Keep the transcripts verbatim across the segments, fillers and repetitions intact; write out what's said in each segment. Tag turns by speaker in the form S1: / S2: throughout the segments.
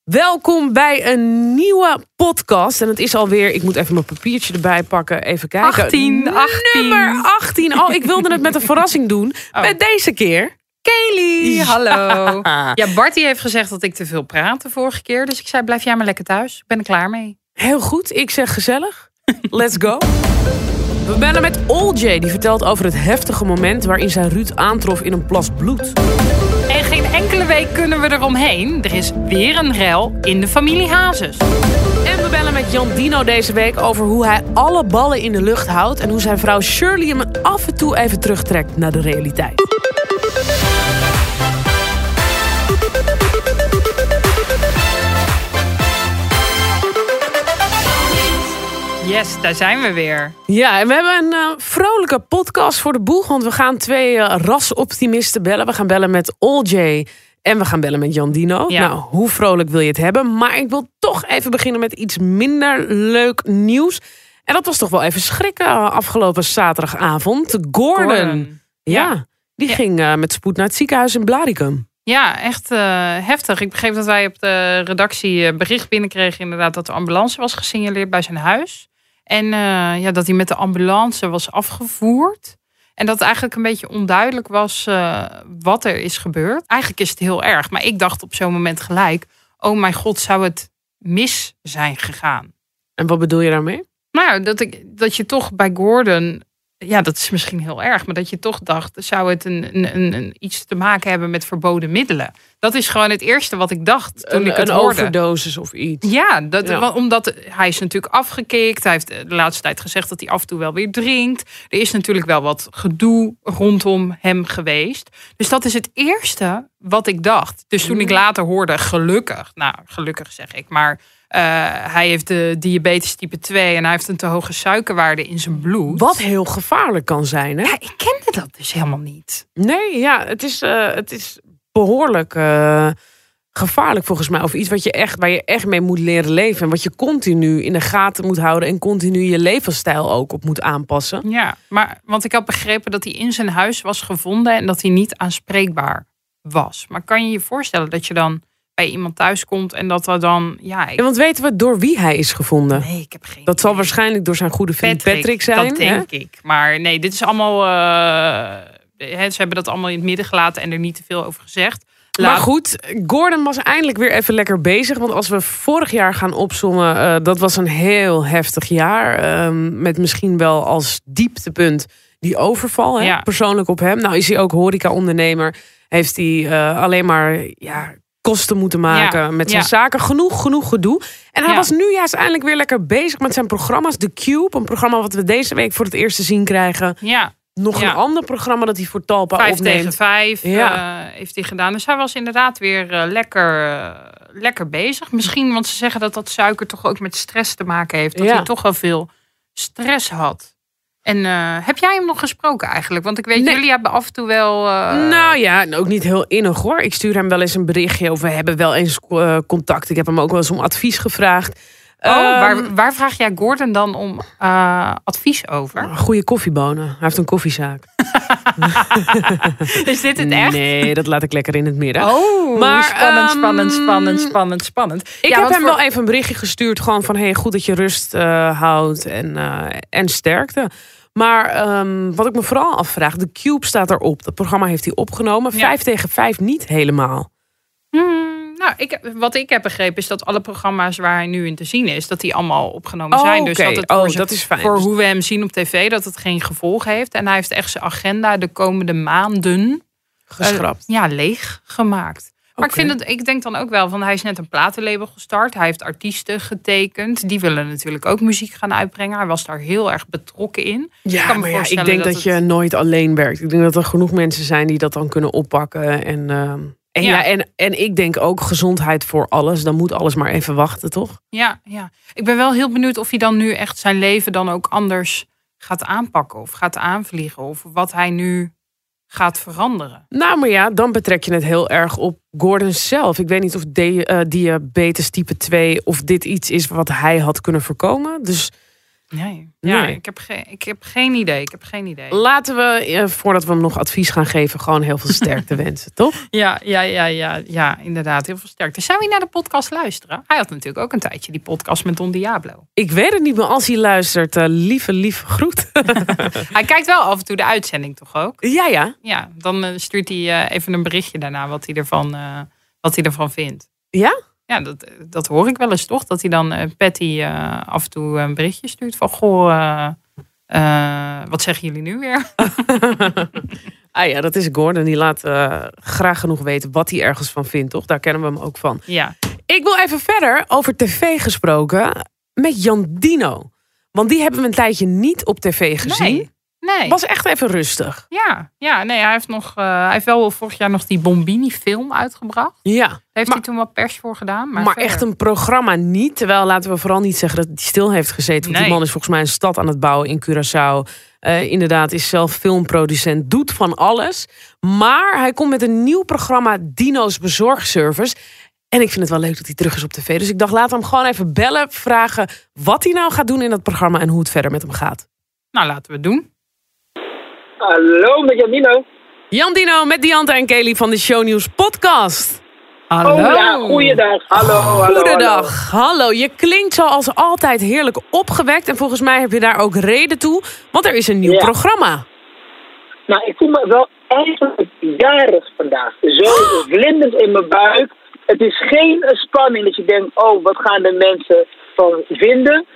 S1: Welkom bij een nieuwe podcast. En het is alweer, ik moet even mijn papiertje erbij pakken. Even kijken.
S2: achttien, achttien.
S1: Nummer achttien. Oh, ik wilde het met een verrassing doen.
S2: Oh.
S1: Met deze keer.
S2: Kelly,
S1: Ja.
S2: hallo. Ja, Bart die heeft gezegd dat ik te veel praat de vorige keer. Dus ik zei, blijf jij maar lekker thuis. Ik ben er klaar mee.
S1: Heel goed, ik zeg gezellig. Let's go. We bellen met Oljay. Die vertelt over het heftige moment waarin zij Ruud aantrof in een plas bloed.
S2: En geen enkele week kunnen we eromheen. Er is weer een rel in de familie Hazes.
S1: En we bellen met Jan Dino deze week over hoe hij alle ballen in de lucht houdt. En hoe zijn vrouw Shirley hem af en toe even terugtrekt naar de realiteit.
S2: Yes, daar zijn we weer.
S1: Ja, en we hebben een uh, vrolijke podcast voor de boeg. Want we gaan twee uh, rasoptimisten bellen. We gaan bellen met Oljay en we gaan bellen met Jan Dino.
S2: Ja.
S1: Nou, hoe vrolijk wil je het hebben? Maar ik wil toch even beginnen met iets minder leuk nieuws. En dat was toch wel even schrikken uh, afgelopen zaterdagavond. Gordon,
S2: Gordon.
S1: ja,
S2: Ja.
S1: die
S2: Ja.
S1: ging uh, met spoed naar het ziekenhuis in Blaricum.
S2: Ja, echt uh, heftig. Ik begreep dat wij op de redactie uh, bericht binnenkregen inderdaad dat de ambulance was gesignaleerd bij zijn huis. En uh, ja, dat hij met de ambulance was afgevoerd. En dat eigenlijk een beetje onduidelijk was uh, wat er is gebeurd. Eigenlijk is het heel erg. Maar ik dacht op zo'n moment gelijk, oh mijn god, zou het mis zijn gegaan?
S1: En wat bedoel je daarmee?
S2: Nou, dat, ik, dat je toch bij Gordon, ja, dat is misschien heel erg, maar dat je toch dacht, zou het een, een, een, een iets te maken hebben met verboden middelen? Dat is gewoon het eerste wat ik dacht toen
S1: een,
S2: ik het
S1: een
S2: hoorde.
S1: overdosis of iets.
S2: Ja, dat,
S1: Ja.
S2: want- omdat hij is natuurlijk afgekikt. Hij heeft de laatste tijd gezegd dat hij af en toe wel weer drinkt. Er is natuurlijk wel wat gedoe rondom hem geweest. Dus dat is het eerste wat ik dacht. Dus toen ik later hoorde, gelukkig, nou gelukkig zeg ik, maar Uh, hij heeft de diabetes type twee en hij heeft een te hoge suikerwaarde in zijn bloed.
S1: Wat heel gevaarlijk kan zijn, hè?
S2: Ja, ik kende dat dus helemaal niet.
S1: Nee, ja, het is, uh, het is behoorlijk uh, gevaarlijk volgens mij. Of iets wat je echt, waar je echt mee moet leren leven. En wat je continu in de gaten moet houden. En continu je levensstijl ook op moet aanpassen.
S2: Ja, maar want ik had begrepen dat hij in zijn huis was gevonden en dat hij niet aanspreekbaar was. Maar kan je je voorstellen dat je dan bij iemand thuis komt en dat er dan... Ja, ik...
S1: Ja, want weten we door wie hij is gevonden?
S2: Nee, ik heb geen
S1: Dat zal
S2: idee.
S1: waarschijnlijk door zijn goede vriend Patrick,
S2: Patrick
S1: zijn.
S2: Dat denk
S1: hè?
S2: ik. Maar nee, dit is allemaal... Uh, he, ze hebben dat allemaal in het midden gelaten en er niet te veel over gezegd. Laat...
S1: Maar goed, Gordon was eindelijk weer even lekker bezig. Want als we vorig jaar gaan opzommen, uh, dat was een heel heftig jaar. Uh, met misschien wel als dieptepunt die overval. Hè?
S2: Ja.
S1: Persoonlijk op hem. Nou is hij ook horeca-ondernemer. Heeft hij uh, alleen maar ja, kosten moeten maken
S2: Ja.
S1: met zijn
S2: Ja.
S1: zaken. Genoeg, genoeg gedoe. En hij
S2: Ja.
S1: was nu juist eindelijk weer lekker bezig met zijn programma's. The Cube, een programma wat we deze week voor het eerst te zien krijgen.
S2: Ja,
S1: Nog
S2: Ja.
S1: een ander programma dat hij voor Talpa
S2: vijf
S1: opneemt.
S2: tegen vijf
S1: Ja.
S2: uh, heeft hij gedaan. Dus hij was inderdaad weer uh, lekker, uh, lekker bezig. Misschien, want ze zeggen dat dat suiker toch ook met stress te maken heeft. Dat
S1: Ja.
S2: hij toch wel veel stress had. En uh, heb jij hem nog gesproken eigenlijk? Want ik weet,
S1: Nee.
S2: jullie hebben af en toe wel... Uh...
S1: Nou ja, en ook niet heel innig hoor. Ik stuur hem wel eens een berichtje of we hebben wel eens uh, contact. Ik heb hem ook wel eens om advies gevraagd.
S2: Oh,
S1: Um,
S2: waar, waar vraag jij Gordon dan om uh, advies over?
S1: Goede koffiebonen. Hij heeft een koffiezaak.
S2: Is dit het echt?
S1: Nee, dat laat ik lekker in het midden.
S2: Oh,
S1: Maar,
S2: spannend,
S1: um,
S2: spannend, spannend, spannend, spannend.
S1: Ik
S2: Ja,
S1: heb
S2: want
S1: hem
S2: voor-
S1: wel even een berichtje gestuurd. Gewoon van, hey, goed dat je rust uh, houdt en, uh, en sterkte. Maar um, wat ik me vooral afvraag, The Cube staat erop. Dat programma heeft hij opgenomen.
S2: Ja.
S1: Vijf tegen vijf niet helemaal.
S2: Hmm, nou, ik, wat ik heb begrepen is dat alle programma's waar hij nu in te zien is, dat die allemaal opgenomen
S1: Oh,
S2: zijn. Dus
S1: oké.
S2: dat het
S1: Oh,
S2: voor, zijn-
S1: dat is fijn.
S2: voor
S1: Dus-
S2: hoe we hem zien op tv, dat het geen gevolg heeft. En hij heeft echt zijn agenda de komende maanden
S1: Geschrapt.
S2: uh, ja, leeg gemaakt. Maar
S1: Oké.
S2: ik, vind het, ik denk dan ook wel van, hij is net een platenlabel gestart. Hij heeft artiesten getekend. Die willen natuurlijk ook muziek gaan uitbrengen. Hij was daar heel erg betrokken in.
S1: Ja,
S2: kan me
S1: maar ja, ik
S2: voorstellen
S1: denk dat,
S2: dat
S1: je
S2: het-
S1: nooit alleen werkt. Ik denk dat er genoeg mensen zijn die dat dan kunnen oppakken. En, ehm, en, ja.
S2: Ja.
S1: en, en ik denk ook gezondheid voor alles. Dan moet alles maar even wachten, toch?
S2: Ja, ja, ik ben wel heel benieuwd of hij dan nu echt zijn leven dan ook anders gaat aanpakken. Of gaat aanvliegen. Of wat hij nu gaat veranderen.
S1: Nou, maar ja, dan betrek je het heel erg op Gordon zelf. Ik weet niet of de, uh, diabetes type twee... of dit iets is wat hij had kunnen voorkomen. Dus
S2: Nee, ja,
S1: nee.
S2: Ik, heb ge- ik heb geen idee. Ik heb geen idee.
S1: Laten we, eh, voordat we hem nog advies gaan geven, gewoon heel veel sterkte wensen, toch?
S2: Ja, ja, ja, ja, ja, inderdaad. Heel veel sterkte. Zou je naar de podcast luisteren? Hij had natuurlijk ook een tijdje die podcast met Don Diablo.
S1: Ik weet het niet meer als hij luistert. Uh, lieve, lieve groet.
S2: Hij kijkt wel af en toe de uitzending toch ook?
S1: Ja, ja.
S2: Ja, dan uh, stuurt hij uh, even een berichtje daarna wat hij ervan, uh, wat hij ervan vindt.
S1: Ja?
S2: Ja, dat, dat hoor ik wel eens toch. Dat hij dan uh, Patty uh, af en toe een berichtje stuurt van... Goh, uh, uh, wat zeggen jullie nu weer?
S1: Ah ja, dat is Gordon. Die laat uh, graag genoeg weten wat hij ergens van vindt, toch? Daar kennen we hem ook van.
S2: Ja.
S1: Ik wil even verder over tv gesproken met Jan Dino. Want die hebben we een tijdje niet op tv gezien.
S2: Nee. Nee.
S1: Was echt even rustig.
S2: Ja, ja nee, hij heeft, nog, uh, hij heeft wel vorig jaar nog die Bombini-film uitgebracht.
S1: Ja.
S2: Daar heeft
S1: maar,
S2: hij toen wat pers voor gedaan. Maar,
S1: maar echt een programma niet. Terwijl, laten we vooral niet zeggen dat hij stil heeft gezeten. Want
S2: nee.
S1: die man is volgens mij een stad aan het bouwen in Curaçao. Uh, inderdaad, is zelf filmproducent, doet van alles. Maar hij komt met een nieuw programma, Dino's Bezorgservice. En ik vind het wel leuk dat hij terug is op tv. Dus ik dacht, laten we hem gewoon even bellen, vragen wat hij nou gaat doen in dat programma en hoe het verder met hem gaat.
S2: Nou, laten we het doen.
S3: Hallo, met Jan Dino.
S1: Jan Dino met Diante en Kelly van de Shownieuws podcast.
S2: Hallo.
S3: Oh ja, goeiedag. Hallo, hallo.
S1: Goedendag. Hallo. hallo. Je klinkt zoals altijd heerlijk opgewekt. En volgens mij heb je daar ook reden toe. Want er is een nieuw ja. programma.
S3: Nou, ik voel me wel eigenlijk jarig vandaag. Zo vlinders in mijn buik. Het is geen spanning dat je denkt, oh, wat gaan de mensen van vinden?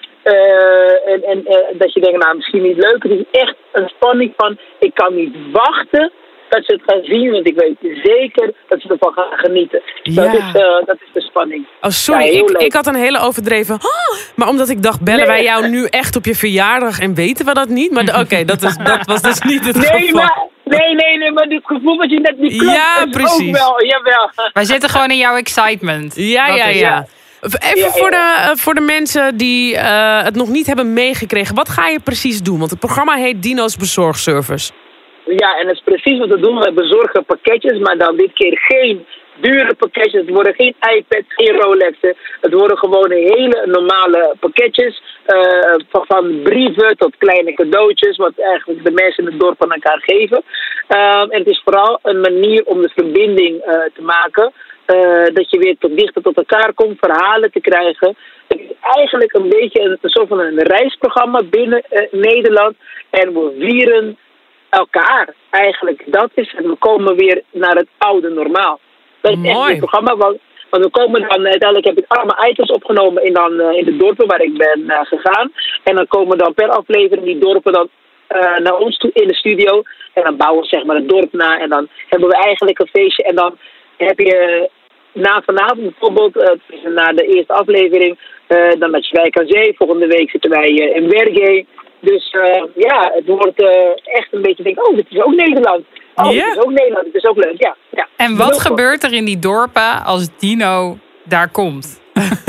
S3: Uh, en en uh, dat je denkt, nou, misschien niet leuk. Het is echt een spanning van, ik kan niet wachten dat ze het gaan zien. Want ik weet zeker dat ze ervan gaan genieten. Ja. Dat, is, uh, dat is de spanning.
S1: Oh, sorry. Ja, ik, ik had een hele overdreven... Oh, maar omdat ik dacht, bellen nee. wij jou nu echt op je verjaardag en weten we dat niet? Maar oké, okay, dat, dat was dus niet het
S3: nee,
S1: geval.
S3: Maar, nee, nee, nee, maar dit gevoel wat je net niet klopt.
S1: Ja, precies.
S3: Ook wel, jawel.
S2: Wij zitten gewoon in jouw excitement.
S1: Ja, dat ja, is, ja. Even ja, voor, ja. De, voor de mensen die uh, het nog niet hebben meegekregen. Wat ga je precies doen? Want het programma heet Dino's Bezorgservice.
S3: Ja, en dat is precies wat we doen. We bezorgen pakketjes, maar dan dit keer geen dure pakketjes. Het worden geen iPads, geen Rolexen. Het worden gewoon hele normale pakketjes. Uh, van, van brieven tot kleine cadeautjes. Wat eigenlijk de mensen in het dorp aan elkaar geven. Uh, en het is vooral een manier om de verbinding uh, te maken. Uh, dat je weer tot dichter tot elkaar komt, verhalen te krijgen. Het is eigenlijk een beetje een, een soort van een reisprogramma binnen uh, Nederland. En we vieren elkaar. Eigenlijk, dat is het. We komen weer naar het oude normaal. Dat is
S1: Mooi.
S3: Echt het programma. Want, want we komen dan, uiteindelijk heb ik allemaal items opgenomen in, dan, uh, in de dorpen waar ik ben uh, gegaan. En dan komen dan per aflevering die dorpen dan uh, naar ons toe in de studio. En dan bouwen we zeg maar het dorp na. En dan hebben we eigenlijk een feestje. En dan heb je na vanavond bijvoorbeeld, uh, na de eerste aflevering, uh, dan met Wijk aan Zee. Volgende week zitten wij uh, in Berghe. Dus uh, ja, het wordt uh, echt een beetje denk oh, dit is ook Nederland. Oh,
S1: yeah.
S3: dit is ook Nederland, dit is ook leuk, ja. ja.
S2: En wat gebeurt er in die dorpen als Dino daar komt?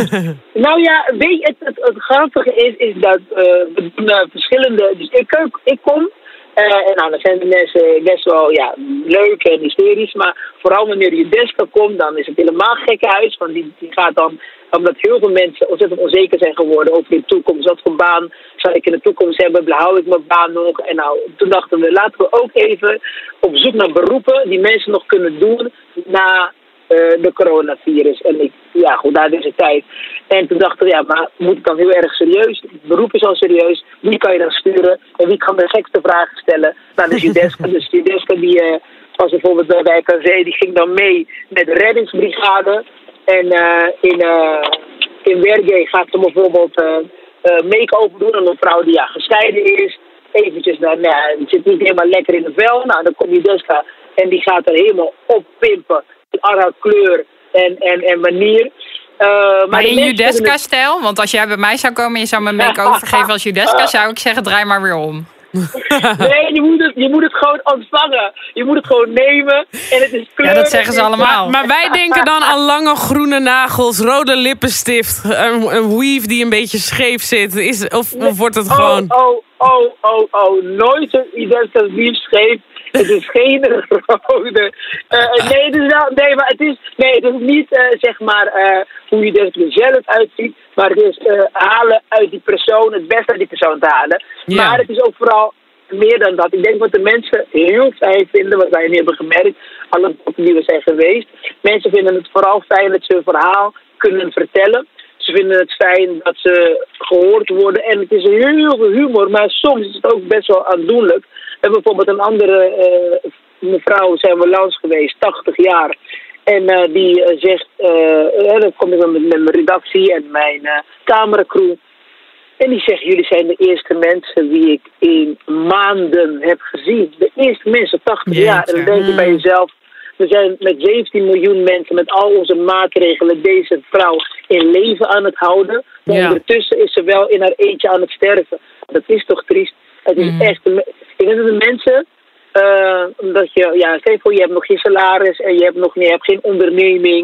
S3: Nou ja, weet je, het, het, het grappige is, is dat uh, we doen uh, verschillende... Dus ik, ik kom... Uh, en nou, dan zijn de mensen best wel ja, leuk en hysterisch. Maar vooral wanneer je Deska komt, dan is het helemaal gekkenhuis. Want die, die gaat dan, omdat heel veel mensen ontzettend onzeker zijn geworden over de toekomst. Wat voor baan zal ik in de toekomst hebben? Behoud ik mijn baan nog? En nou, toen dachten we, laten we ook even op zoek naar beroepen die mensen nog kunnen doen na uh, de coronavirus. En ik, ja, goed, daar is de tijd. En toen dachten we, ja, maar moet het dan heel erg serieus? Het beroep is al serieus. Wie kan je dan sturen? En wie kan de gekste vragen stellen? Nou, dus Judeska, dus Judeska die uh, was bijvoorbeeld bij Wijk aan Zee, die ging dan mee met de reddingsbrigade. En uh, in, uh, in Berghe gaat ze bijvoorbeeld uh, uh, make-over doen aan een vrouw die ja, gescheiden is. Eventjes, nou, nou, het zit niet helemaal lekker in de vel. Nou, dan komt Judeska en die gaat er helemaal op pimpen. In alle kleur en, en, en manier. Uh, maar
S2: maar in Judeska-stijl? Want als jij bij mij zou komen en je zou me make-over geven als Judeska, zou ik zeggen, draai maar weer om.
S3: Nee, je moet, het, je moet het gewoon ontvangen. Je moet het gewoon nemen en het is kleur.
S2: Ja, dat zeggen ze allemaal.
S1: Maar, maar wij denken dan aan lange groene nagels, rode lippenstift, een, een weave die een beetje scheef zit. Is, of, of wordt het gewoon...
S3: Oh, oh, oh, oh, oh. Nooit zo'n Judeska's weave scheef. Het is geen rode... Uh, nee, het is wel, nee, maar het is, nee, het is niet uh, zeg maar uh, hoe je er zelf uitziet. Maar het is uh, halen uit die persoon, het beste uit die persoon te halen. Ja. Maar het is ook vooral meer dan dat. Ik denk wat de mensen heel fijn vinden, wat wij nu hebben gemerkt, alle boeken die we zijn geweest. Mensen vinden het vooral fijn dat ze een verhaal kunnen vertellen. Ze vinden het fijn dat ze gehoord worden. En het is heel veel humor, maar soms is het ook best wel aandoenlijk. We hebben bijvoorbeeld een andere uh, mevrouw, zijn we langs geweest, tachtig jaar. En uh, die uh, zegt, uh, dan kom ik met, met mijn redactie en mijn uh, cameracrew. En die zegt, jullie zijn de eerste mensen die ik in maanden heb gezien. De eerste mensen, tachtig Jeetje. jaar. En dan denk je bij jezelf, we zijn met zeventien miljoen mensen, met al onze maatregelen, deze vrouw in leven aan het houden. Maar ja. ondertussen is ze wel in haar eentje aan het sterven. Dat is toch triest? Het is mm. echt... Ik denk dat de mensen... Uh, omdat je... Ja, stel je voor, je hebt nog geen salaris en je hebt, nog, je hebt geen onderneming.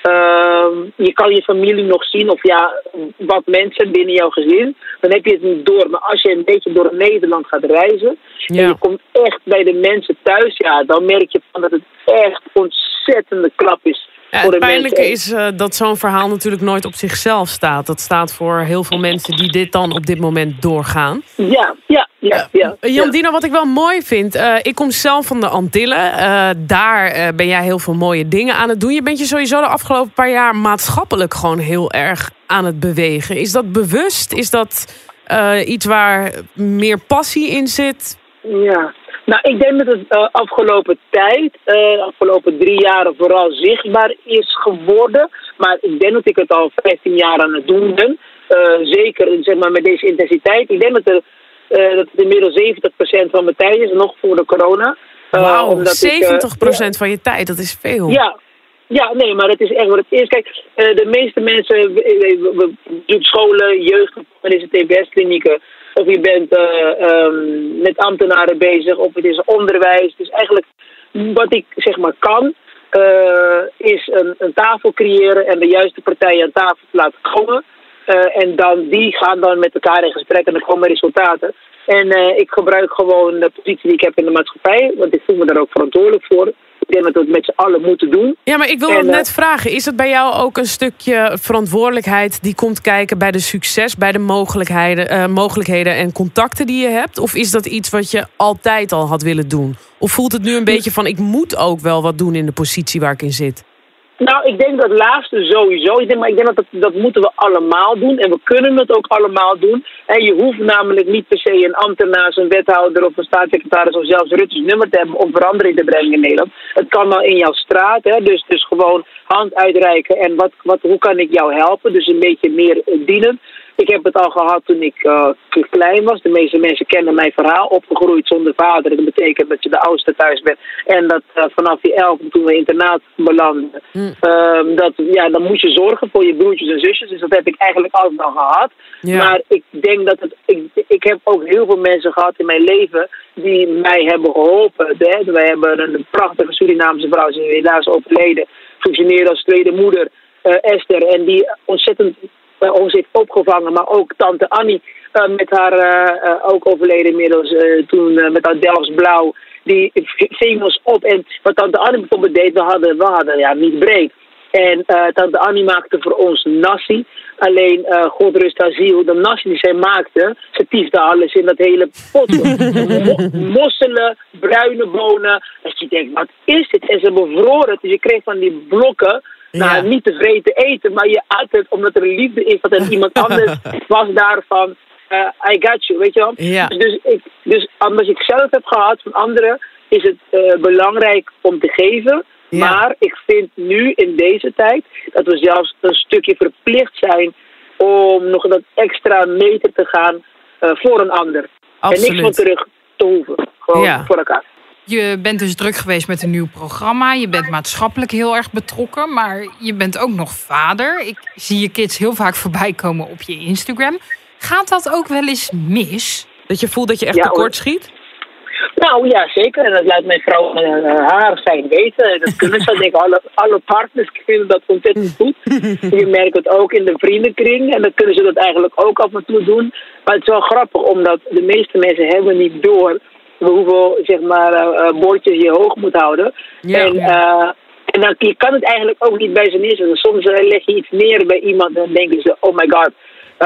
S3: Uh, je kan je familie nog zien of ja, wat mensen binnen jouw gezin. Dan heb je het niet door. Maar als je een beetje door Nederland gaat reizen ja. en je komt echt bij de mensen thuis, ja, dan merk je van dat het echt ontzettende klap is.
S1: Ja, het pijnlijke is uh, dat zo'n verhaal natuurlijk nooit op zichzelf staat. Dat staat voor heel veel mensen die dit dan op dit moment doorgaan.
S3: Ja, ja, ja. ja,
S1: uh, Jan Dino, wat ik wel mooi vind. Uh, ik kom zelf van de Antillen. Uh, daar uh, ben jij heel veel mooie dingen aan het doen. Je bent je sowieso de afgelopen paar jaar maatschappelijk gewoon heel erg aan het bewegen. Is dat bewust? Is dat uh, iets waar meer passie in zit?
S3: Ja. Nou, ik denk dat het uh, afgelopen tijd, uh, de afgelopen drie jaren vooral zichtbaar is geworden. Maar ik denk dat ik het al vijftien jaar aan het doen ben. Uh, zeker zeg maar, met deze intensiteit. Ik denk dat, er, uh, dat het inmiddels zeventig procent van mijn tijd is, nog voor de corona.
S1: Uh, Wauw, zeventig procent uh, ja, van je tijd, dat is veel.
S3: Ja. Ja, nee, maar het is echt wat het is. Kijk, uh, de meeste mensen, we, we, we doen scholen, jeugd, dan is het T B S-klinieken. Of je bent uh, um, met ambtenaren bezig, of het is onderwijs. Dus eigenlijk wat ik zeg maar kan, uh, is een, een tafel creëren en de juiste partijen aan tafel laten komen. Uh, en dan die gaan dan met elkaar in gesprek en dan komen resultaten. En uh, ik gebruik gewoon de positie die ik heb in de maatschappij, want ik voel me daar ook verantwoordelijk voor. Ik denk dat we het met z'n allen moeten doen.
S1: Ja, maar ik wil en, net uh, vragen. Is het bij jou ook een stukje verantwoordelijkheid die komt kijken bij de succes, bij de mogelijkheden, uh, mogelijkheden en contacten die je hebt? Of is dat iets wat je altijd al had willen doen? Of voelt het nu een beetje van, ik moet ook wel wat doen in de positie waar ik in zit?
S3: Nou, ik denk dat laatste sowieso. Ik denk, maar ik denk dat, dat dat moeten we allemaal doen. En we kunnen het ook allemaal doen. En je hoeft namelijk niet per se een ambtenaar, een wethouder of een staatssecretaris of zelfs Rutte's nummer te hebben om verandering te brengen in Nederland. Het kan al in jouw straat. Hè? Dus, dus gewoon hand uitreiken en wat, wat, hoe kan ik jou helpen? Dus een beetje meer uh, dienen. Ik heb het al gehad toen ik uh, klein was. De meeste mensen kennen mijn verhaal. Opgegroeid zonder vader. Dat betekent dat je de oudste thuis bent. En dat uh, vanaf je elf, toen we internaat belanden. Mm. Uh, dat, ja, dan moet je zorgen voor je broertjes en zusjes. Dus dat heb ik eigenlijk altijd al gehad. Ja. Maar ik denk dat het... Ik, ik heb ook heel veel mensen gehad in mijn leven die mij hebben geholpen. Hè? Wij hebben een prachtige Surinaamse vrouw. Ze is helaas overleden. Functioneerde als tweede moeder. Uh, Esther. En die ontzettend... ons heeft opgevangen, maar ook tante Annie uh, met haar uh, uh, ook overleden inmiddels uh, toen uh, met haar Delfts Blauw, die ving ons op. En wat tante Annie bijvoorbeeld deed, we hadden, we hadden ja, niet breed. En uh, tante Annie maakte voor ons nasi. Alleen, uh, God rust haar ziel, de nasi die zij maakte, ze tiefde alles in dat hele potje. Mo- mosselen, bruine bonen. En je denkt, wat is dit? En ze bevroren het. Dus je kreeg van die blokken. Nou, ja. Niet tevreden eten, maar je at het omdat er liefde is. Want iemand anders was daarvan, uh, I got you, weet je wel.
S1: Ja.
S3: Dus, ik, dus omdat ik zelf heb gehad van anderen, is het uh, belangrijk om te geven. Ja. Maar ik vind nu in deze tijd dat we zelfs een stukje verplicht zijn om nog dat extra meter te gaan uh, voor een ander.
S1: Absoluut.
S3: En niks van terug te hoeven. Gewoon ja. voor elkaar.
S2: Je bent dus druk geweest met een nieuw programma. Je bent maatschappelijk heel erg betrokken. Maar je bent ook nog vader. Ik zie je kids heel vaak voorbij komen op je Instagram. Gaat dat ook wel eens mis?
S1: Dat je voelt dat je echt
S3: ja,
S1: tekort schiet?
S3: Nou ja, zeker. En dat laat mijn vrouw uh, haar fijn weten. Dat kunnen ze, denk ik, alle, alle partners vinden dat ontzettend goed. Je merkt het ook in de vriendenkring. En dan kunnen ze dat eigenlijk ook af en toe doen. Maar het is wel grappig, omdat de meeste mensen hebben niet door hoeveel zeg maar, uh, bordjes je hoog moet houden.
S1: Ja.
S3: En, uh, en dan je kan het eigenlijk ook niet bij ze neerzetten. Soms uh, leg je iets neer bij iemand en dan denken ze, oh my god,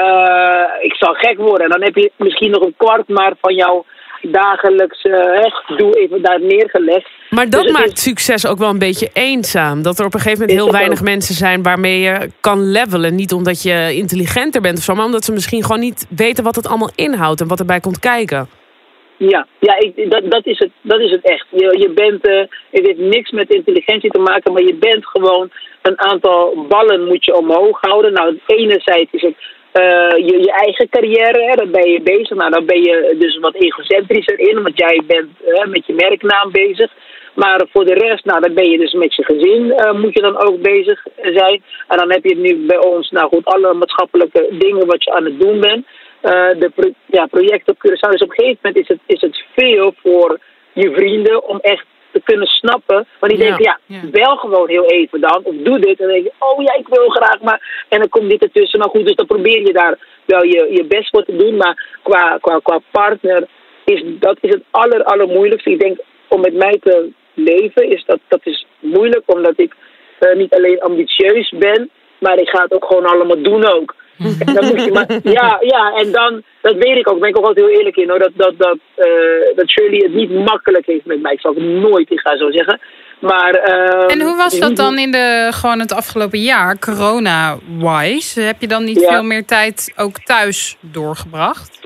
S3: uh, ik zal gek worden. En dan heb je misschien nog een kwart maar van jouw dagelijks uh, doe even daar neergelegd.
S1: Maar dat
S3: dus
S1: maakt
S3: is...
S1: succes ook wel een beetje eenzaam. Dat er op een gegeven moment heel weinig ook. mensen zijn waarmee je kan levelen. Niet omdat je intelligenter bent of zo, maar omdat ze misschien gewoon niet weten wat het allemaal inhoudt en wat erbij komt kijken.
S3: Ja, ja ik, dat, dat, is het, dat is het echt. Je, je bent, uh, het heeft niks met intelligentie te maken, maar je bent gewoon een aantal ballen moet je omhoog houden. Nou, enerzijds is het Uh, je, je eigen carrière, hè, daar ben je bezig. Nou, dan ben je dus wat egocentrischer in, want jij bent uh, met je merknaam bezig. Maar voor de rest, nou, dan ben je dus met je gezin, uh, moet je dan ook bezig zijn. En dan heb je nu bij ons, nou goed, alle maatschappelijke dingen wat je aan het doen bent. Uh, de pro- ja, projecten op Curaçao. Dus op een gegeven moment is het, is het veel voor je vrienden om echt te kunnen snappen. Want die ja, denken, ja, ja, bel gewoon heel even dan. Of doe dit. En dan denk je, oh ja, ik wil graag maar. En dan komt dit ertussen. Nou goed, dus dan probeer je daar wel je, je best voor te doen. Maar qua, qua, qua partner is dat is het aller, allermoeilijkste. Ik denk, om met mij te leven, is dat, dat is moeilijk. Omdat ik uh, niet alleen ambitieus ben, maar ik ga het ook gewoon allemaal doen ook. En dan moet je maar, ja, ja, en dan, dat weet ik ook, daar ben ik ook altijd heel eerlijk in hoor, dat, dat, dat, uh, dat Shirley het niet makkelijk heeft met mij. Ik zal het nooit, ik ga zo zeggen. Maar, uh,
S2: en hoe was dat dan in de, gewoon het afgelopen jaar, corona-wise? Heb je dan niet ja. veel meer tijd ook thuis doorgebracht?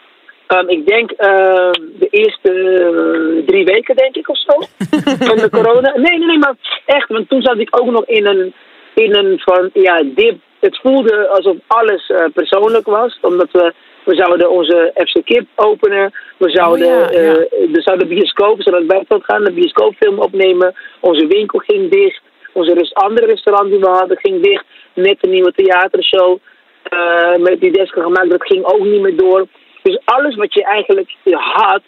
S3: Um, ik denk uh, de eerste uh, drie weken, denk ik, of zo, van de corona. Nee, nee, nee, maar echt, want toen zat ik ook nog in een, in een van, ja, dip. Het voelde alsof alles uh, persoonlijk was, omdat we, we zouden onze F C Kip openen. We zouden, oh ja, ja. Uh, er zouden bioscopen, zouden naar het buitenland gaan, een bioscoopfilm opnemen. Onze winkel ging dicht. Onze rest, andere restaurant die we hadden ging dicht. Net een nieuwe theatershow uh, met die desken gemaakt, dat ging ook niet meer door. Dus alles wat je eigenlijk had,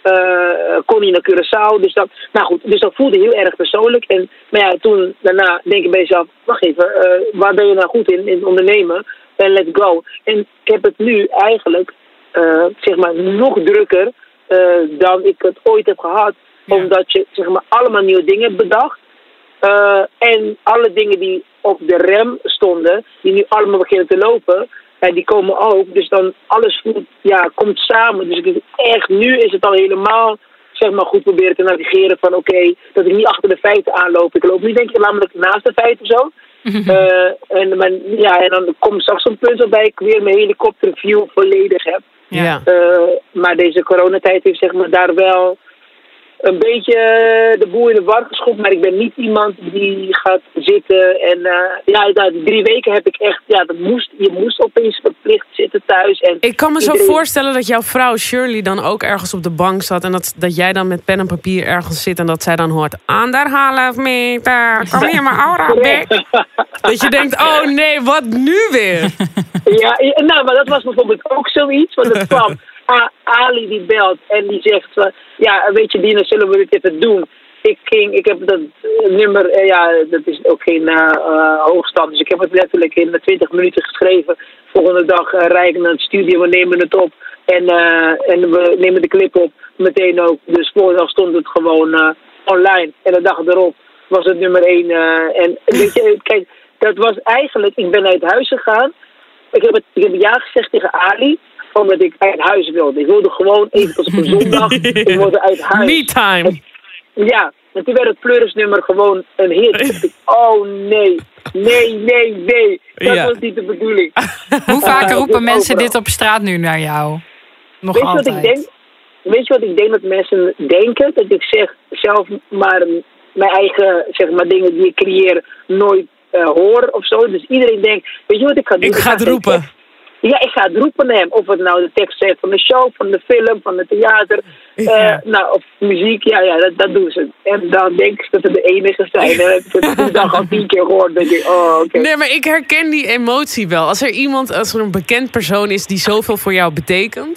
S3: Uh, kon je naar Curaçao. Dus dat, nou goed, dus dat voelde heel erg persoonlijk. En, maar ja, toen daarna denk ik bij jezelf, wacht even, uh, waar ben je nou goed in, in ondernemen? En let's go. En ik heb het nu eigenlijk, uh, zeg maar, nog drukker uh, dan ik het ooit heb gehad. Ja. Omdat je, zeg maar, allemaal nieuwe dingen hebt bedacht. Uh, en alle dingen die op de rem stonden, die nu allemaal beginnen te lopen, ja, die komen ook. Dus dan alles voelt, ja, komt samen. Dus ik, echt, nu is het al helemaal, zeg maar, goed proberen te navigeren van oké, okay, dat ik niet achter de feiten aanloop. Ik loop nu denk ik namelijk naast de feiten zo. uh, en, maar, ja, en dan komt straks zo'n punt waarbij ik weer mijn helikopterview volledig heb.
S1: Ja.
S3: Uh, maar deze coronatijd heeft, zeg maar, daar wel een beetje de boel in de war geschopt, maar ik ben niet iemand die gaat zitten en uh, ja, die drie weken heb ik echt, ja, dat moest, je moest opeens verplicht zitten thuis. En
S1: ik kan me
S3: iedereen...
S1: zo voorstellen dat jouw vrouw Shirley dan ook ergens op de bank zat en dat, dat jij dan met pen en papier ergens zit en dat zij dan hoort, anderhalf meter, kom hier maar ouder bek. Dat je denkt, oh nee, wat nu weer?
S3: Ja, nou, maar dat was bijvoorbeeld ook zoiets, want het kwam. A- Ali die belt en die zegt, uh, ja, weet je Dina, zullen we dit even doen? Ik ging, ik heb dat uh, nummer, uh, ja, dat is ook geen uh, uh, hoogstand, dus ik heb het letterlijk in twintig minuten geschreven. Volgende dag uh, rijden naar het studio, we nemen het op en, uh, en we nemen de clip op meteen ook. Dus voordag stond het gewoon uh, online en de dag erop was het nummer één. Uh, en weet je, kijk, dat was eigenlijk, ik ben uit huis gegaan, ik heb, het, ik heb ja gezegd tegen Ali, omdat ik uit huis wilde. Ik wilde gewoon even tot op een zondag. Ik wilde uit huis.
S1: Me time.
S3: Ja, en toen werd het Pleurisnummer gewoon een hit. Ik, oh nee, nee, nee, nee. Dat ja. was niet de bedoeling.
S2: Hoe vaak uh, roepen mensen overal. Dit op straat nu naar jou? Nog
S3: weet
S2: altijd.
S3: Je wat ik denk? Weet je wat ik denk dat mensen denken? Dat ik zeg zelf maar mijn eigen, zeg maar, dingen die ik creëer nooit uh, hoor of zo. Dus iedereen denkt, weet je wat ik ga doen?
S1: Ik ga het roepen.
S3: Tekst, ja, ik ga het roepen naar hem. Of het nou de tekst is van de show, van de film, van het theater. Ja. Uh, nou, of muziek. Ja, ja, dat, dat doen ze. En dan denk ik dat ze de enige zijn. En heb ik het de dag al tien keer gehoord. denk ik, oh, oké. Okay.
S1: Nee, maar ik herken die emotie wel. Als er iemand, als er een bekend persoon is die zoveel voor jou betekent.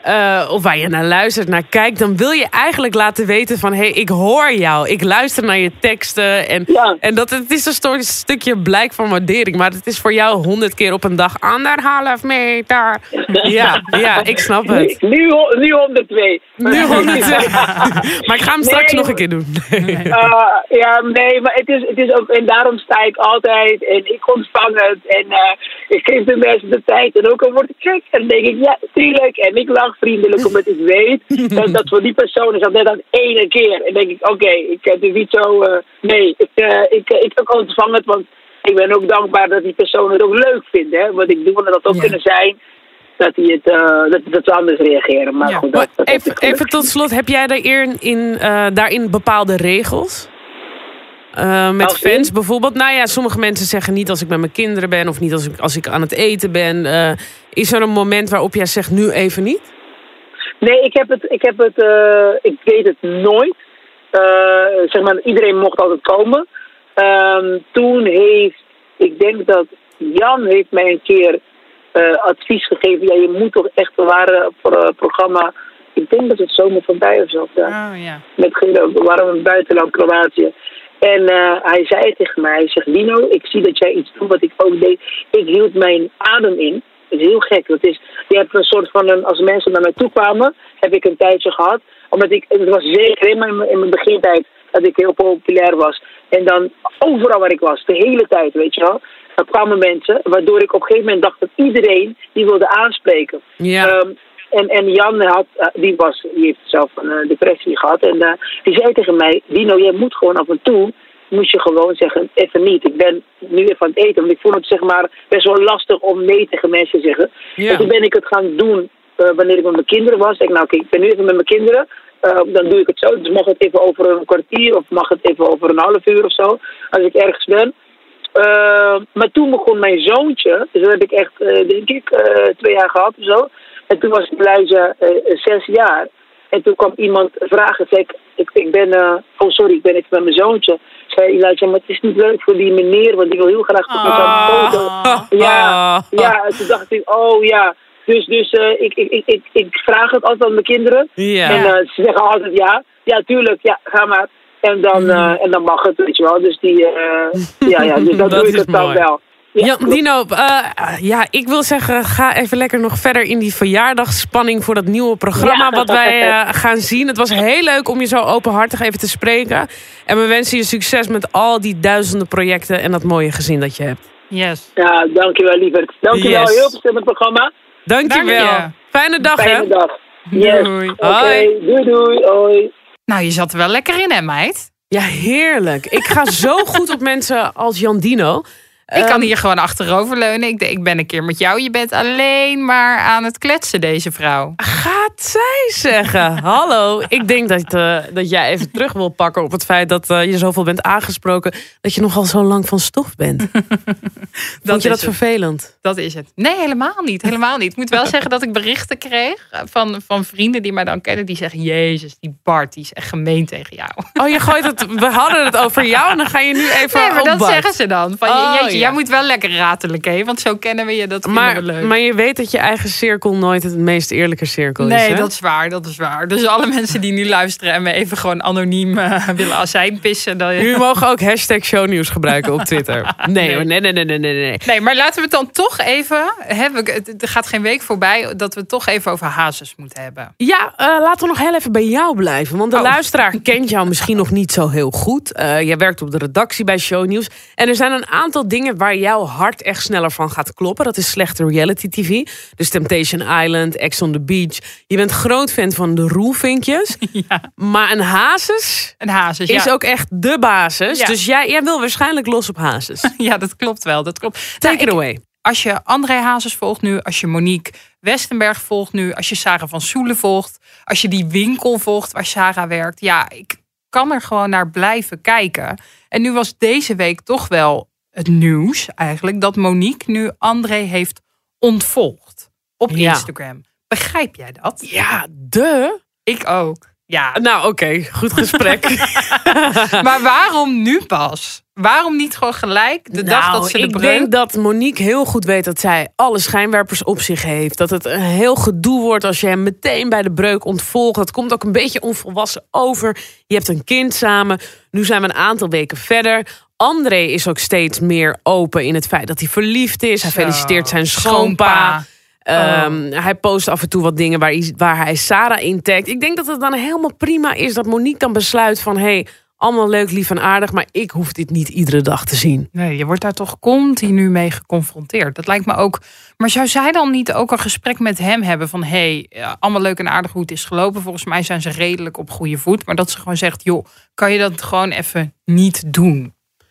S1: Uh, of waar je naar luistert, naar kijkt, dan wil je eigenlijk laten weten van, hé, hey, ik hoor jou. Ik luister naar je teksten. En, ja. en dat het is een soort stukje blijk van waardering. Maar het is voor jou honderd keer op een dag anderhalf meter. Ja, ja, ik snap het.
S3: Nu, nu, nu honderdtwee.
S1: Nu honderdtwee. Maar ik ga hem straks nee, nog een keer doen.
S3: uh, ja, nee, maar het is, het is ook, en daarom sta ik altijd en ik ontvang het. En uh, ik geef de mensen de tijd. En ook al word ik gek. En dan denk ik, ja, tuurlijk. En ik lach vriendelijk, omdat ik weet dat, dat voor die persoon is dat net dat ene keer. En denk ik, oké, okay, ik heb het niet zo... Uh, nee, ik, uh, ik, ik, ik ontvang het, want ik ben ook dankbaar dat die persoon het ook leuk vindt. Hè? Wat ik doe, en dat dat ook ja. kunnen zijn... dat die het uh, dat, dat ze anders reageren. Maar
S1: ja.
S3: goed, dat, dat
S1: even, even tot slot, heb jij daarin, in, uh, daarin bepaalde regels? Uh, met als fans in? bijvoorbeeld. Nou ja, sommige mensen zeggen niet als ik met mijn kinderen ben... of niet als ik, als ik aan het eten ben. Uh, is er een moment waarop jij zegt nu even niet?
S3: Nee, ik heb het... Ik, heb het, uh, ik weet het nooit. Uh, zeg maar, iedereen mocht altijd komen. Um, toen heeft... Ik denk dat Jan heeft mij een keer... Uh, advies gegeven. Ja, je moet toch echt... We waren voor een programma... Ik denk dat het zomer voorbij of zo. Ja.
S2: Oh, ja.
S3: Met, we waren in het buitenland, Kroatië. En uh, hij zei tegen mij... Hij zegt, Dino, ik zie dat jij iets doet wat ik ook deed. Ik hield mijn adem in. Dat is heel gek. Dat is, je hebt een soort van... Een, als mensen naar mij toe kwamen... Heb ik een tijdje gehad. Omdat ik... Het was zeker in mijn, in mijn begintijd... Dat ik heel populair was. En dan overal waar ik was. De hele tijd, weet je wel. Er kwamen mensen, waardoor ik op een gegeven moment dacht dat iedereen die wilde aanspreken.
S1: Ja.
S3: Um, en, en Jan had, uh, die, was, die heeft zelf een uh, depressie gehad. En uh, die zei tegen mij, Dino, jij moet gewoon af en toe, moet je gewoon zeggen, even niet. Ik ben nu even aan het eten, want ik vond het zeg maar best wel lastig om nee tegen mensen te zeggen. Ja. En toen ben ik het gaan doen uh, wanneer ik met mijn kinderen was. Ik denk, nou oké, okay, ik ben nu even met mijn kinderen. Uh, dan doe ik het zo. Dus mag het even over een kwartier of mag het even over een half uur of zo. Als ik ergens ben. Uh, maar toen begon mijn zoontje, dus dat heb ik echt, uh, denk ik, uh, twee jaar gehad of zo. En toen was Elijah uh, zes jaar. En toen kwam iemand vragen, zei ik, ik, ik ben, uh, oh sorry, ik ben even met mijn zoontje. Zei Elijah, maar het is niet leuk voor die meneer, want die wil heel graag met
S1: oh.
S3: zo'n foto. Ja, ja, en toen dacht ik, oh ja. Dus, dus uh, ik, ik, ik, ik, ik vraag het altijd aan mijn kinderen.
S1: Ja.
S3: En uh, ze zeggen altijd ja. Ja, tuurlijk, ja, ga maar. En dan, uh, en dan mag het, weet je wel. Dus die, uh, ja, ja, dus dan
S1: dat
S3: doe ik het dan wel.
S1: Ja, ja, Dino, uh, ja, ik wil zeggen, ga even lekker nog verder in die verjaardagsspanning voor dat nieuwe programma ja. wat wij uh, gaan zien. Het was heel leuk om je zo openhartig even te spreken. En we wensen je succes met al die duizenden projecten en dat mooie gezin dat je hebt.
S2: Yes.
S3: Ja, dankjewel lieverd. Dankjewel, yes. Heel veel in het programma.
S1: Dankjewel. Dank Fijne dag,
S3: Fijne
S1: hè?
S3: Fijne dag. Yes.
S1: Doei.
S3: Oké, okay. doei doei, hoi.
S2: Nou, je zat er wel lekker in, hè, meid?
S1: Ja, heerlijk. Ik ga zo goed op mensen als Jan Dino.
S2: Ik um, kan hier gewoon achteroverleunen. Ik, ik ben een keer met jou. Je bent alleen maar aan het kletsen, deze vrouw.
S1: Gaat zij zeggen. Hallo. Ik denk dat, uh, dat jij even terug wil pakken op het feit dat uh, je zoveel bent aangesproken. Dat je nogal zo lang van stof bent. Vond je dat het. vervelend?
S2: Dat is het. Nee, helemaal niet. Helemaal niet. Ik moet wel zeggen dat ik berichten kreeg van, van vrienden die mij dan kennen. Die zeggen, Jezus, die Bart, die is echt gemeen tegen jou.
S1: Oh, je gooit het. We hadden het over jou en dan ga je nu even
S2: nee, maar
S1: op
S2: dat
S1: Bart.
S2: zeggen ze dan. Van,
S1: oh,
S2: jeetje, ja. Jij moet wel lekker ratelijk, hè? Want zo kennen we je, dat vinden
S1: maar,
S2: we leuk.
S1: Maar je weet dat je eigen cirkel nooit het meest eerlijke cirkel
S2: nee,
S1: is,
S2: Nee, dat is waar, dat is waar. Dus alle mensen die nu luisteren en me even gewoon anoniem uh, willen azijn pissen. Dan...
S1: Jullie mogen ook hashtag shownieuws gebruiken op Twitter. Nee, nee. nee, nee, nee, nee, nee.
S2: Nee, maar laten we het dan toch even... Hè, er gaat geen week voorbij dat we het toch even over Hazes moeten hebben.
S1: Ja, uh, laten we nog heel even bij jou blijven. Want de oh. luisteraar kent jou misschien nog niet zo heel goed. Uh, jij werkt op de redactie bij Shownieuws. En er zijn een aantal dingen waar jouw hart echt sneller van gaat kloppen. Dat is slechte reality tv. Dus Temptation Island, Ex on the Beach. Je bent groot fan van de Roelvinkjes.
S2: Ja.
S1: Maar een Hazes,
S2: een Hazes
S1: is
S2: ja.
S1: ook echt de basis. Ja. Dus jij, jij wil waarschijnlijk los op Hazes.
S2: Ja, dat klopt wel. Dat klopt.
S1: Take
S2: nou,
S1: it away.
S2: Ik, als je André Hazes volgt nu, als je Monique Westenberg volgt nu, als je Sarah van Soelen volgt, als je die winkel volgt waar Sarah werkt. Ja, ik kan er gewoon naar blijven kijken. En nu was deze week toch wel het nieuws eigenlijk dat Monique nu André heeft ontvolgd op ja. Instagram. Begrijp jij dat?
S1: Ja, de.
S2: Ik ook. Ja.
S1: Nou, oké, okay, goed gesprek.
S2: Maar waarom nu pas? Waarom niet gewoon gelijk de
S1: nou,
S2: dag dat ze de
S1: ik
S2: breuk...
S1: denk dat Monique heel goed weet dat zij alle schijnwerpers op zich heeft. Dat het een heel gedoe wordt als je hem meteen bij de breuk ontvolgt. Dat komt ook een beetje onvolwassen over. Je hebt een kind samen. Nu zijn we een aantal weken verder. André is ook steeds meer open in het feit dat hij verliefd is. Hij
S2: Zo,
S1: feliciteert zijn schoonpa.
S2: schoonpa.
S1: Um, oh. Hij post af en toe wat dingen waar hij, waar hij Sarah in tagt. Ik denk dat het dan helemaal prima is dat Monique dan besluit van... hey, allemaal leuk, lief en aardig, maar ik hoef dit niet iedere dag te zien.
S2: Nee, je wordt daar toch continu mee geconfronteerd. Dat lijkt me ook... Maar zou zij dan niet ook een gesprek met hem hebben van... hé, hey, allemaal leuk en aardig hoe het is gelopen. Volgens mij zijn ze redelijk op goede voet. Maar dat ze gewoon zegt, joh, kan je dat gewoon even niet doen?